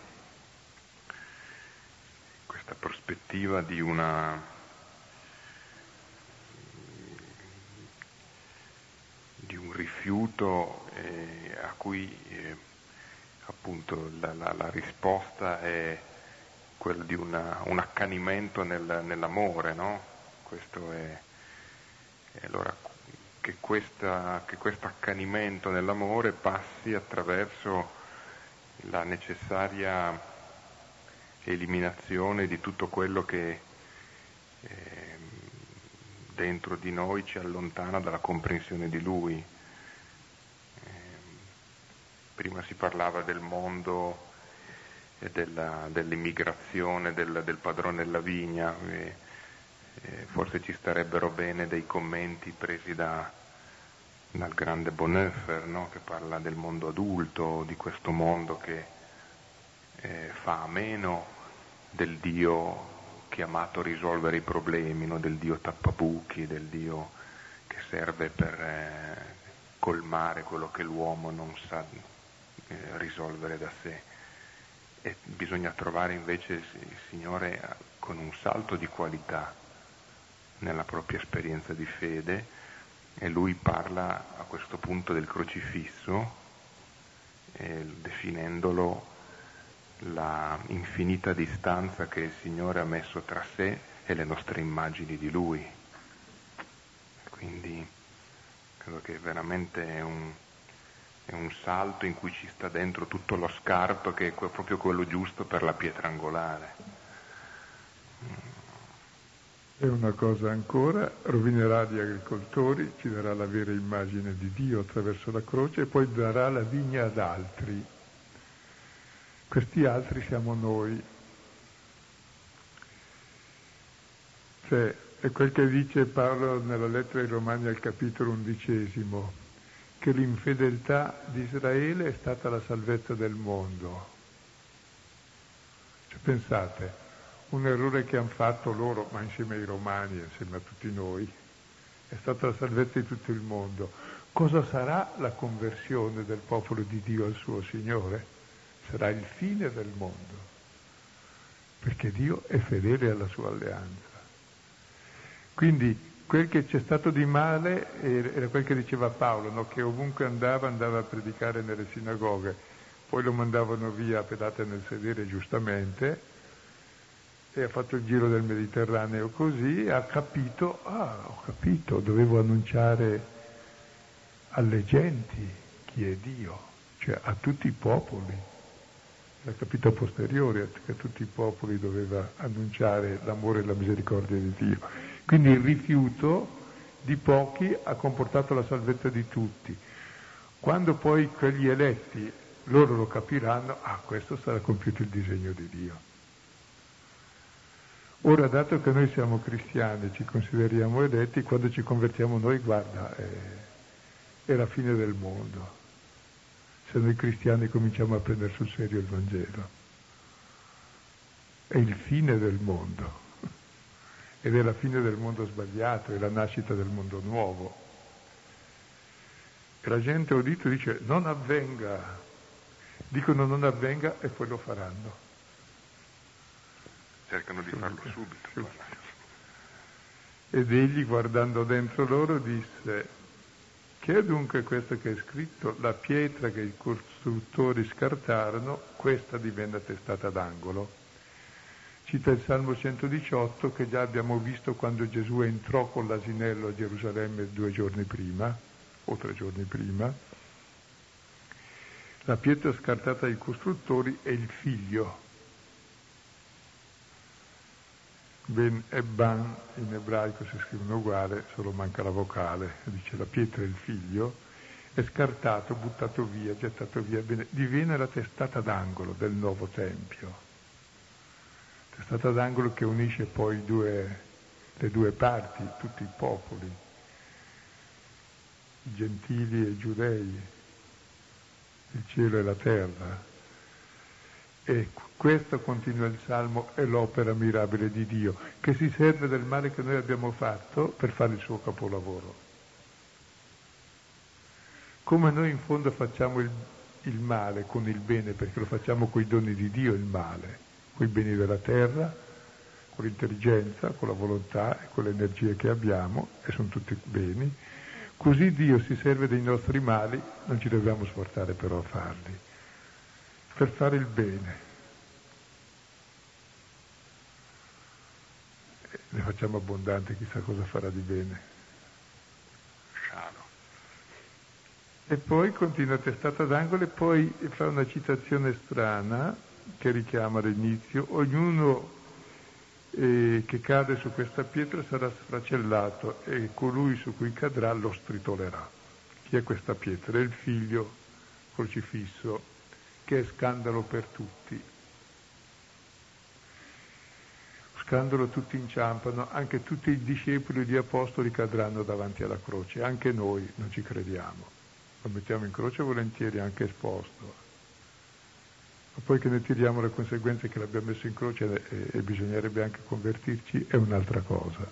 prospettiva di un rifiuto a cui appunto la risposta è quella di un accanimento nell'amore, no? Questo è allora che questo accanimento nell'amore passi attraverso la necessaria eliminazione di tutto quello che dentro di noi ci allontana dalla comprensione di Lui. Prima si parlava del mondo e dell'immigrazione del padrone della vigna, forse ci starebbero bene dei commenti presi dal grande Bonhoeffer, no? Che parla del mondo adulto, di questo mondo che fa a meno del Dio chiamato a risolvere i problemi, no? Del Dio tappabuchi, del Dio che serve per colmare quello che l'uomo non sa risolvere da sé. E bisogna trovare invece il Signore con un salto di qualità nella propria esperienza di fede, e Lui parla a questo punto del crocifisso, definendolo la infinita distanza che il Signore ha messo tra sé e le nostre immagini di Lui. Quindi credo che veramente è un salto in cui ci sta dentro tutto lo scarto, che è proprio quello giusto per la pietra angolare. E una cosa ancora, rovinerà gli agricoltori, ci darà la vera immagine di Dio attraverso la croce e poi darà la vigna ad altri. Questi altri siamo noi. Cioè, è quel che dice Paolo nella lettera ai Romani al capitolo 11, che l'infedeltà di Israele è stata la salvezza del mondo. Cioè, pensate, un errore che hanno fatto loro, ma insieme ai Romani, insieme a tutti noi, è stata la salvezza di tutto il mondo. Cosa sarà la conversione del popolo di Dio al suo Signore? Sarà il fine del mondo, perché Dio è fedele alla sua alleanza. Quindi quel che c'è stato di male era quel che diceva Paolo, no? Che ovunque andava a predicare nelle sinagoghe, poi lo mandavano via a pedate nel sedere giustamente, e ha fatto il giro del Mediterraneo così, e ha capito, ho capito, dovevo annunciare alle genti chi è Dio, cioè a tutti i popoli. l'ha capito a posteriori, che a tutti i popoli doveva annunciare l'amore e la misericordia di Dio. Quindi il rifiuto di pochi ha comportato la salvezza di tutti. Quando poi quegli eletti loro lo capiranno, questo sarà compiuto il disegno di Dio. Ora, dato che noi siamo cristiani, ci consideriamo eletti, quando ci convertiamo noi, guarda, è la fine del mondo. Se noi cristiani cominciamo a prendere sul serio il Vangelo. È il fine del mondo. Ed è la fine del mondo sbagliato, è la nascita del mondo nuovo. E la gente a udito dice non avvenga. Dicono non avvenga e poi lo faranno. Cercano di farlo subito. Ed egli, guardando dentro loro, disse: che è dunque questo che è scritto? La pietra che i costruttori scartarono, questa divenne testata d'angolo. Cita il Salmo 118 che già abbiamo visto quando Gesù entrò con l'asinello a Gerusalemme 2 giorni prima, o 3 giorni prima. La pietra scartata dai costruttori è il figlio. Ben e ban in ebraico si scrivono uguale, solo manca la vocale. Dice la pietra è il figlio, è scartato, buttato via, gettato via, diviene la testata d'angolo del nuovo Tempio. Testata d'angolo che unisce poi le due parti, tutti i popoli, i gentili e i giudei, il cielo e la terra. E questo, continua il Salmo, è l'opera mirabile di Dio, che si serve del male che noi abbiamo fatto per fare il suo capolavoro. Come noi in fondo facciamo il male con il bene, perché lo facciamo coi doni di Dio il male, coi beni della terra, con l'intelligenza, con la volontà e con le energie che abbiamo, e sono tutti beni, così Dio si serve dei nostri mali, non ci dobbiamo sforzare però a farli, per fare il bene. Ne facciamo abbondante, chissà cosa farà di bene. Scialo. E poi continua testata d'angolo e poi fa una citazione strana che richiama l'inizio: ognuno che cade su questa pietra sarà sfracellato e colui su cui cadrà lo stritolerà. Chi è questa pietra? È il figlio crocifisso, che è scandalo per tutti. Scandalo, tutti inciampano, anche tutti i discepoli e gli apostoli cadranno davanti alla croce, anche noi non ci crediamo, lo mettiamo in croce volentieri anche esposto, ma poi che ne tiriamo le conseguenze che l'abbiamo messo in croce e bisognerebbe anche convertirci è un'altra cosa.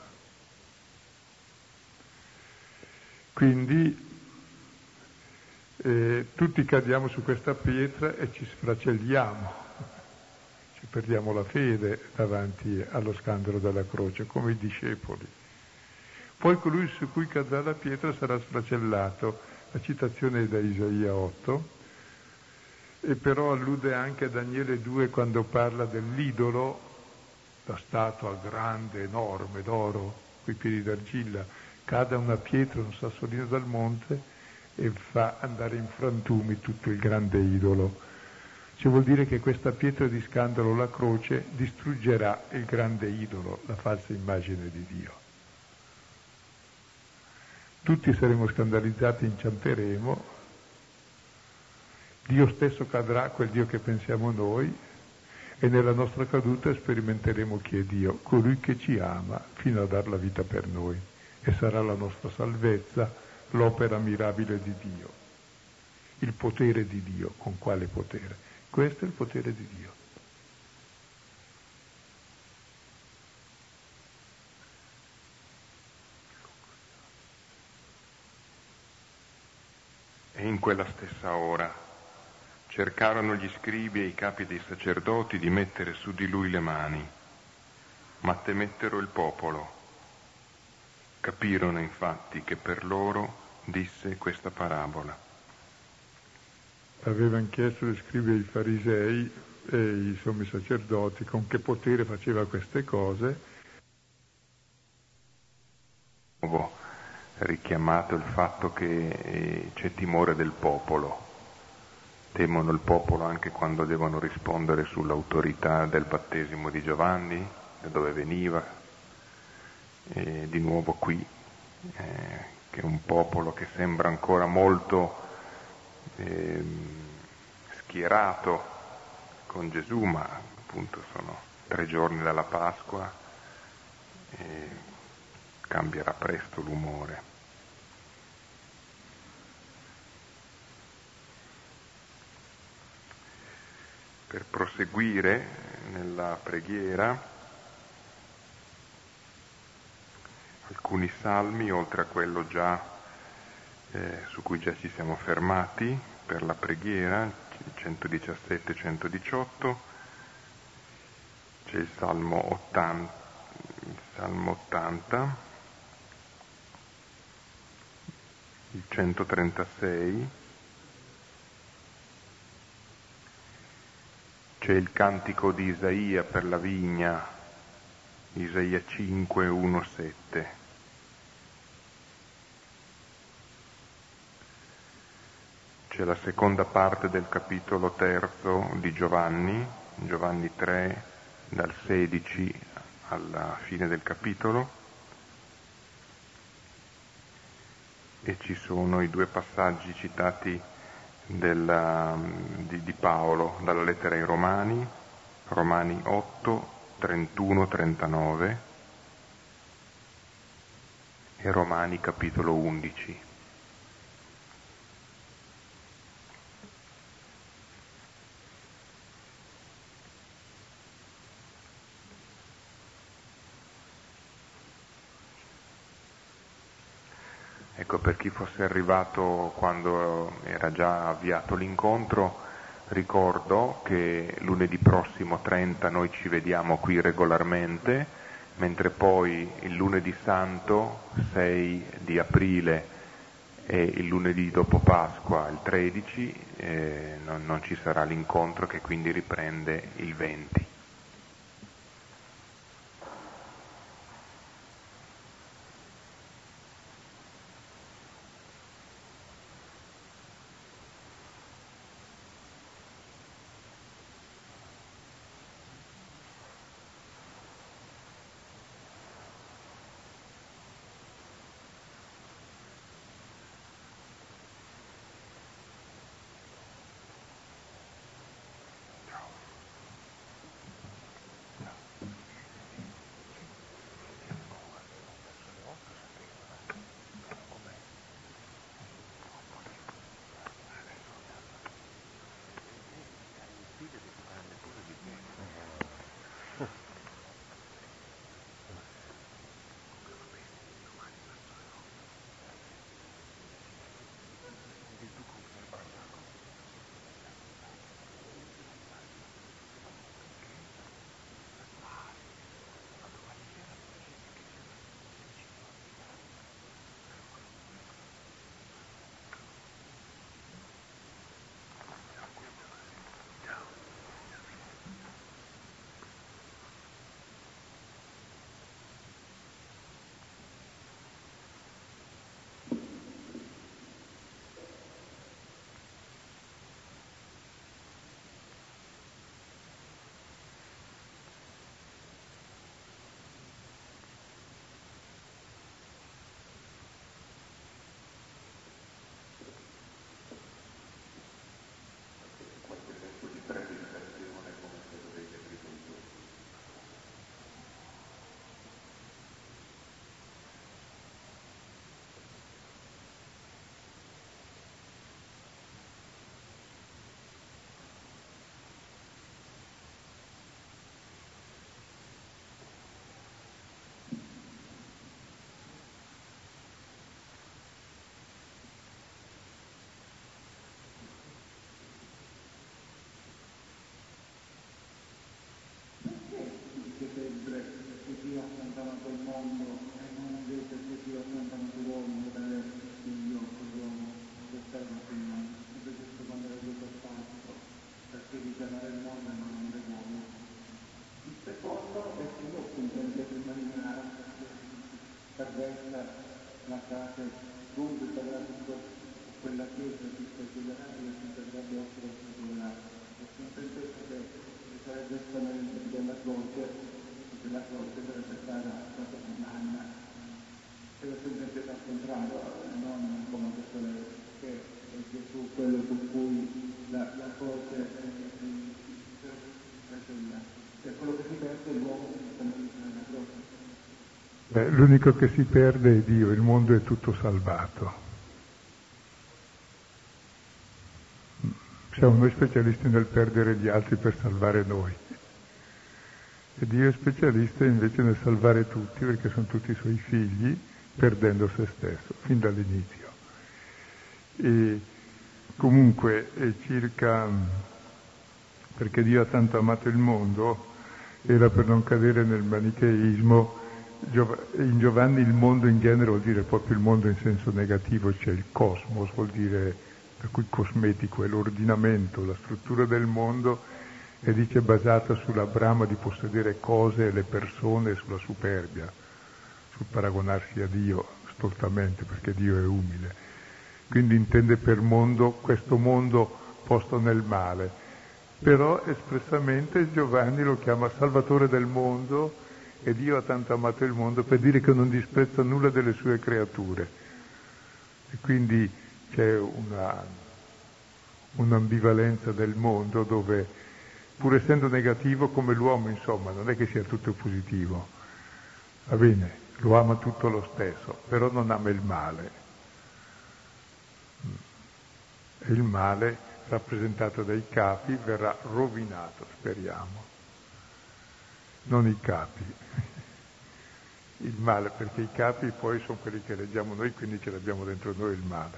Quindi tutti cadiamo su questa pietra e ci sfracelliamo, perdiamo la fede davanti allo scandalo della croce, come i discepoli. Poi colui su cui cadrà la pietra sarà sfracellato. La citazione è da Isaia 8, e però allude anche a Daniele 2 quando parla dell'idolo, la statua grande, enorme, d'oro, coi piedi d'argilla. Cada una pietra, un sassolino dal monte e fa andare in frantumi tutto il grande idolo. Cioè vuol dire che questa pietra di scandalo, la croce, distruggerà il grande idolo, la falsa immagine di Dio. Tutti saremo scandalizzati, inciamperemo, Dio stesso cadrà, quel Dio che pensiamo noi, e nella nostra caduta sperimenteremo chi è Dio, colui che ci ama fino a dar la vita per noi, e sarà la nostra salvezza, l'opera mirabile di Dio, il potere di Dio. Con quale potere? Questo è il potere di Dio. E in quella stessa ora cercarono gli scribi e i capi dei sacerdoti di mettere su di lui le mani, ma temettero il popolo. Capirono infatti che per loro disse questa parabola. Avevano chiesto gli scribi e i farisei e i sommi sacerdoti con che potere faceva queste cose. Richiamato il fatto che c'è timore del popolo, temono il popolo anche quando devono rispondere sull'autorità del battesimo di Giovanni, da dove veniva, e di nuovo qui, che è un popolo che sembra ancora molto schierato con Gesù, ma appunto sono 3 giorni dalla Pasqua e cambierà presto l'umore. Per proseguire nella preghiera, alcuni salmi, oltre a quello già su cui già ci siamo fermati per la preghiera, 117-118, c'è il Salmo 80, il 136, c'è il cantico di Isaia per la vigna, Isaia 5, 1, 7. C'è la seconda parte del capitolo 3 di Giovanni 3, dal 16 alla fine del capitolo, e ci sono i 2 passaggi citati di Paolo dalla lettera ai Romani, Romani 8, 31-39 e Romani capitolo 11. Ecco, per chi fosse arrivato quando era già avviato l'incontro, ricordo che lunedì prossimo 30 noi ci vediamo qui regolarmente, mentre poi il lunedì santo 6 di aprile e il lunedì dopo Pasqua, il 13, non ci sarà l'incontro, che quindi riprende il 20. che Dio ha allontanato il mondo e non invece che Dio ha allontanato l'uomo dalle figlio dell'uomo, osserva Signore, ed è questo quando era Dio fatto, perché richiamare il mondo e non amare l'uomo. Il secondo è che io appunto non devo immaginare perversa lasciate dunque sagrati quella chiesa si spegnerà e si terrà dopo la sua. Ho sempre detto che sarebbe stata della croce, perché la croce sarebbe stata manna. E ho sempre detto al contrario, non come che è Gesù quello su cui la croce è quello che si perde è l'uomo che sta nella croce. L'unico che si perde è Dio, il mondo è tutto salvato. Siamo noi specialisti nel perdere gli altri per salvare noi. E Dio è specialista invece nel salvare tutti, perché sono tutti i suoi figli, perdendo se stesso, fin dall'inizio. E comunque perché Dio ha tanto amato il mondo, era per non cadere nel manicheismo. In Giovanni il mondo in genere vuol dire proprio il mondo in senso negativo, cioè il cosmos, vuol dire, per cui cosmetico è l'ordinamento, la struttura del mondo, e dice basata sulla brama di possedere cose e le persone, sulla superbia, sul paragonarsi a Dio stoltamente, perché Dio è umile. Quindi intende per mondo questo mondo posto nel male, però espressamente Giovanni lo chiama Salvatore del mondo, e Dio ha tanto amato il mondo per dire che non disprezza nulla delle sue creature. E quindi c'è un'ambivalenza del mondo dove, pur essendo negativo come l'uomo, insomma, non è che sia tutto positivo. Va bene, lo ama tutto lo stesso, però non ama il male. E il male, rappresentato dai capi, verrà rovinato, speriamo. Non i capi. Il male, perché i capi poi sono quelli che eleggiamo noi, quindi ce l'abbiamo dentro noi il male.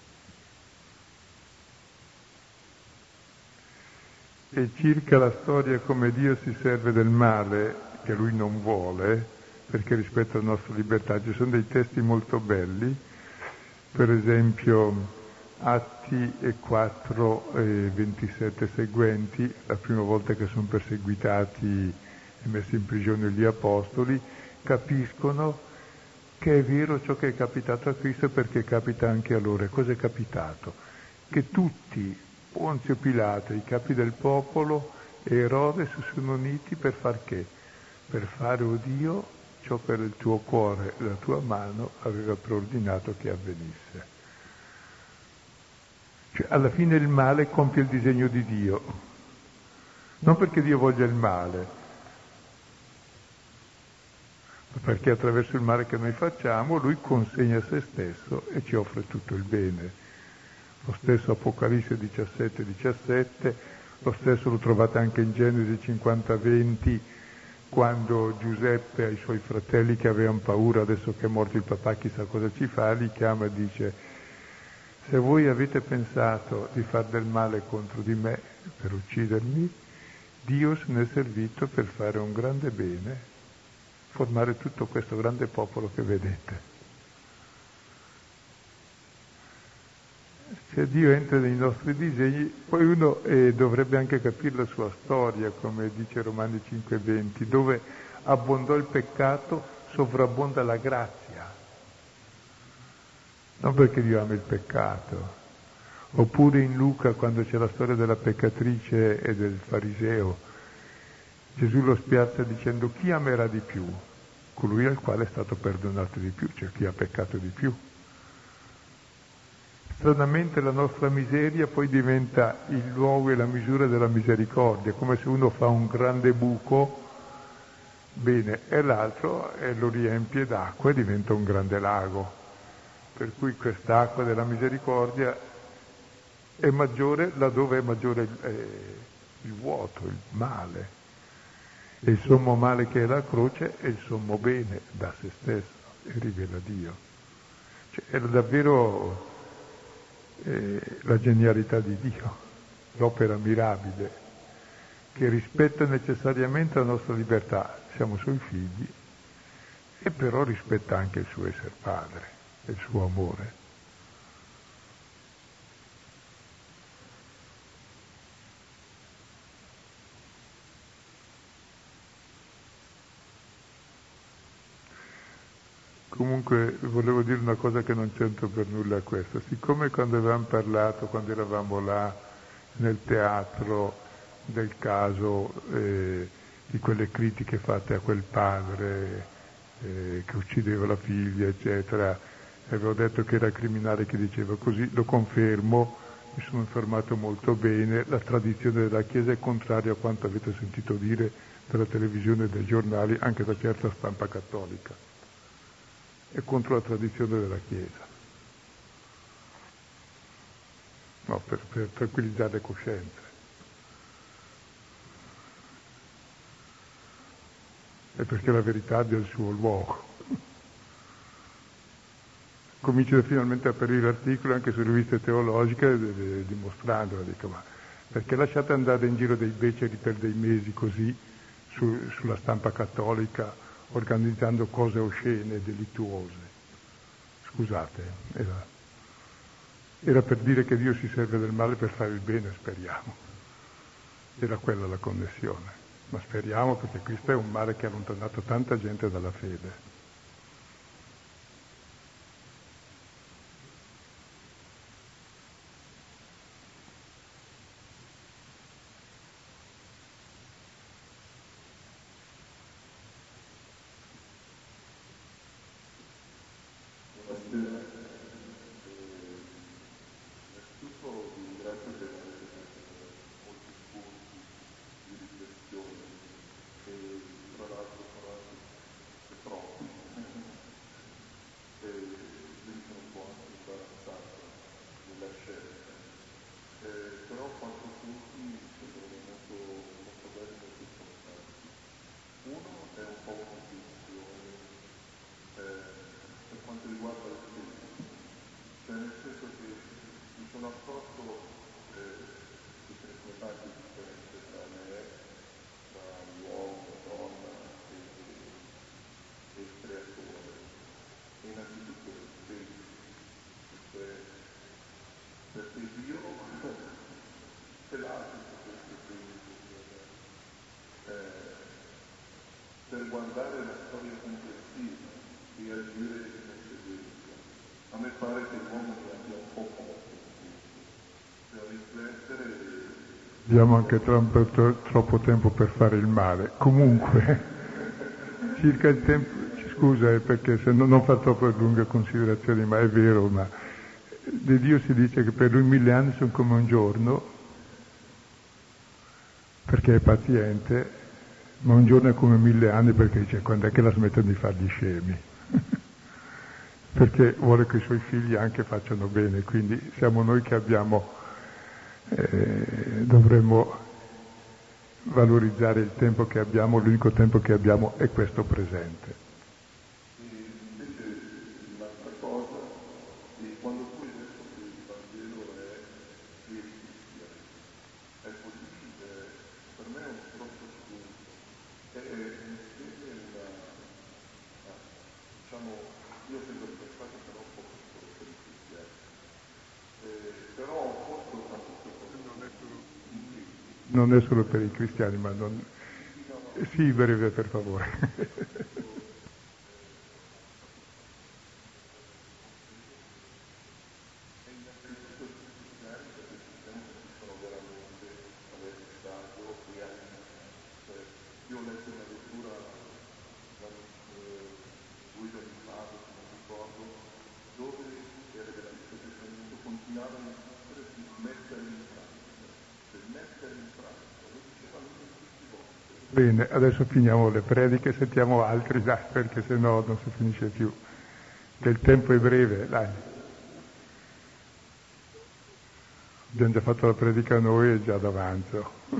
E circa la storia come Dio si serve del male, che Lui non vuole, perché rispetta la nostra libertà, ci sono dei testi molto belli, per esempio Atti 4 e 27 seguenti, la prima volta che sono perseguitati e messi in prigione gli apostoli, capiscono che è vero ciò che è capitato a Cristo perché capita anche a loro. E cosa è capitato? Che tutti, Ponzio Pilato, i capi del popolo e Erode si sono uniti per far che? Per fare, o Dio, ciò che il tuo cuore e la tua mano aveva preordinato che avvenisse. Cioè, alla fine il male compie il disegno di Dio, non perché Dio voglia il male, ma perché attraverso il male che noi facciamo Lui consegna se stesso e ci offre tutto il bene. Lo stesso Apocalisse 17, lo stesso lo trovate anche in Genesi 50-20, quando Giuseppe ai suoi fratelli che avevano paura, adesso che è morto il papà chissà cosa ci fa, li chiama e dice: se voi avete pensato di far del male contro di me, per uccidermi, Dio se ne è servito per fare un grande bene, formare tutto questo grande popolo che vedete. Se Dio entra nei nostri disegni, poi uno dovrebbe anche capire la sua storia, come dice Romani 5:20, dove abbondò il peccato, sovrabbonda la grazia. Non perché Dio ama il peccato. Oppure in Luca, quando c'è la storia della peccatrice e del fariseo, Gesù lo spiazza dicendo: chi amerà di più? Colui al quale è stato perdonato di più, cioè chi ha peccato di più. Stranamente la nostra miseria poi diventa il luogo e la misura della misericordia, come se uno fa un grande buco, bene, e l'altro lo riempie d'acqua e diventa un grande lago. Per cui quest'acqua della misericordia è maggiore laddove è maggiore il vuoto, il male. E il sommo male che è la croce è il sommo bene da se stesso e rivela Dio. Cioè, era davvero la genialità di Dio, l'opera mirabile, che rispetta necessariamente la nostra libertà, siamo suoi figli, e però rispetta anche il suo essere padre e il suo amore. Comunque volevo dire una cosa che non c'entro per nulla a questo. Siccome quando avevamo parlato, quando eravamo là nel teatro, del caso di quelle critiche fatte a quel padre che uccideva la figlia, eccetera, avevo detto che era criminale che diceva così, lo confermo, mi sono informato molto bene, la tradizione della Chiesa è contraria a quanto avete sentito dire dalla televisione e dai giornali, anche da certa stampa cattolica. È contro la tradizione della Chiesa. No, per tranquillizzare le coscienze. È perché la verità abbia il suo luogo. Comincio finalmente a aprire articoli anche su riviste teologiche dimostrandolo, dico, ma perché lasciate andare in giro dei beceri per dei mesi così sulla stampa cattolica organizzando cose oscene e delittuose? Scusate, era per dire che Dio si serve del male per fare il bene, speriamo. Era quella la connessione, ma speriamo perché questo è un male che ha allontanato tanta gente dalla fede. Per guardare la storia complessiva e agire di conseguenza. A me pare che l'uomo ne abbia un po' poco per riflettere. Abbiamo anche troppo tempo per fare il male. Comunque, circa il tempo, scusa perché se non fa troppo lunghe considerazioni, ma è vero, ma di Dio si dice che per lui 1000 anni sono come un giorno, perché è paziente, ma un giorno è come 1000 anni perché dice quando è che la smettono di fare gli scemi? Perché vuole che i suoi figli anche facciano bene, quindi siamo noi che dovremmo valorizzare il tempo che abbiamo, l'unico tempo che abbiamo è questo presente. Non è solo per i cristiani, ma non... Sì, breve per favore. Io ho letto una lettura 2 giorni fa, non ricordo, dove era della Chiesa Testamento continuava a insistere su mettere in pratica, per mettere in pratica, lo diceva lui tutti i volte. Bene, adesso finiamo le prediche, sentiamo altri, dai, perché sennò non si finisce più. Che il tempo è breve, dai. Abbiamo già fatto la predica noi e già d'avanzo.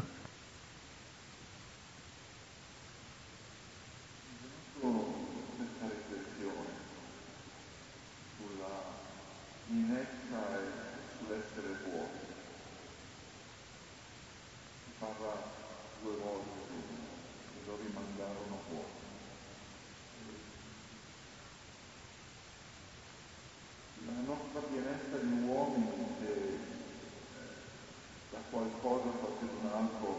Qualcosa qualcun altro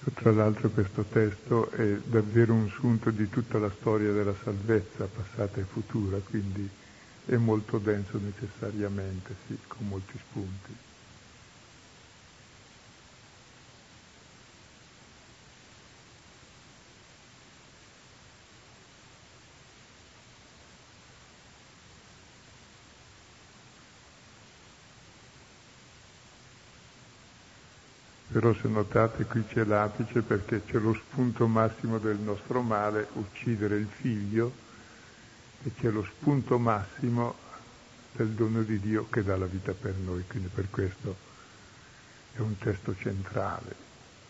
Tra l'altro questo testo è davvero un sunto di tutta la storia della salvezza, passata e futura, quindi è molto denso necessariamente, sì, con molti spunti. Però se notate qui c'è l'apice perché c'è lo spunto massimo del nostro male, uccidere il figlio, e c'è lo spunto massimo del dono di Dio che dà la vita per noi, quindi per questo è un testo centrale.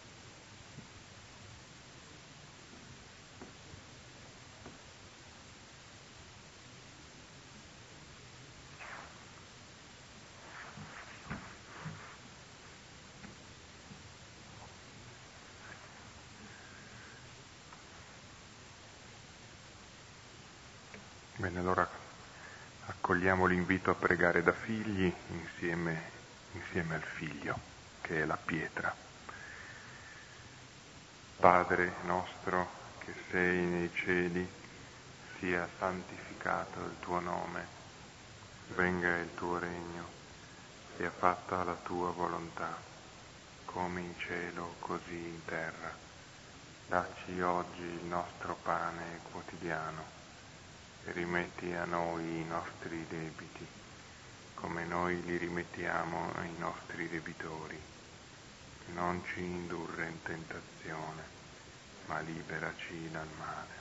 Bene, allora accogliamo l'invito a pregare da figli insieme al Figlio, che è la pietra. Padre nostro che sei nei cieli, sia santificato il tuo nome, venga il tuo regno, sia fatta la tua volontà, come in cielo così in terra. Dacci oggi il nostro pane quotidiano e rimetti a noi i nostri debiti, come noi li rimettiamo ai nostri debitori. Non ci indurre in tentazione, ma liberaci dal male.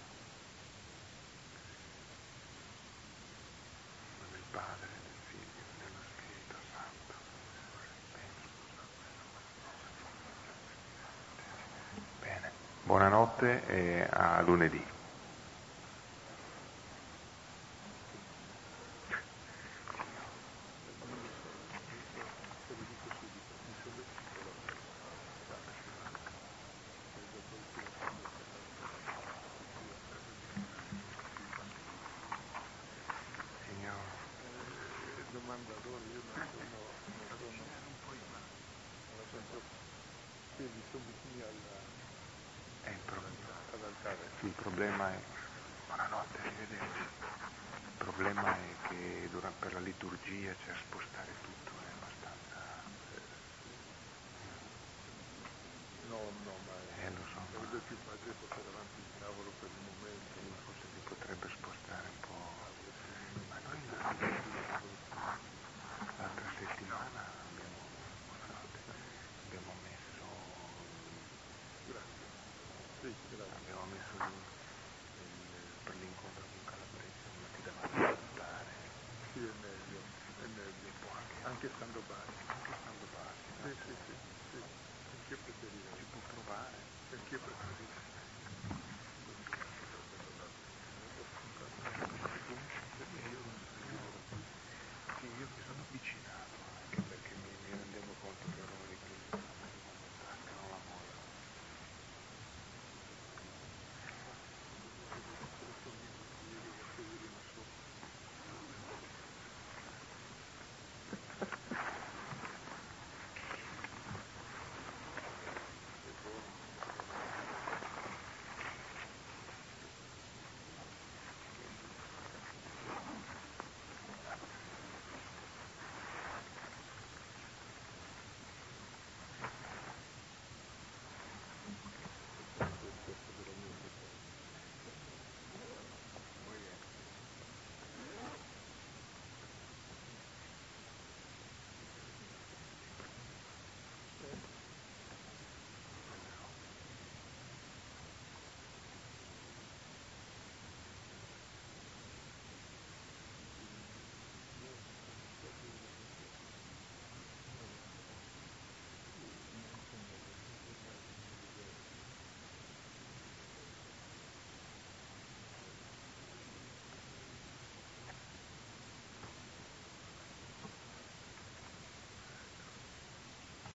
Del Padre, del Figlio e dello Spirito Santo. Bene, buonanotte e a lunedì. Il problema è, buonanotte, arrivederci. Il problema è che per la liturgia c'è a spostare tutto, è abbastanza. Ma lo so. sarebbe più facile portare avanti il tavolo per un momento. Forse si potrebbe spostare un po'. Ma noi l'altra settimana abbiamo messo. Abbiamo messo per l'incontro con Calabrese, non ti davanti a cantare. Sì, è meglio. Anche stando bassi. Sì. Anch'io preferirei. Si può provare. Anch'io preferirei.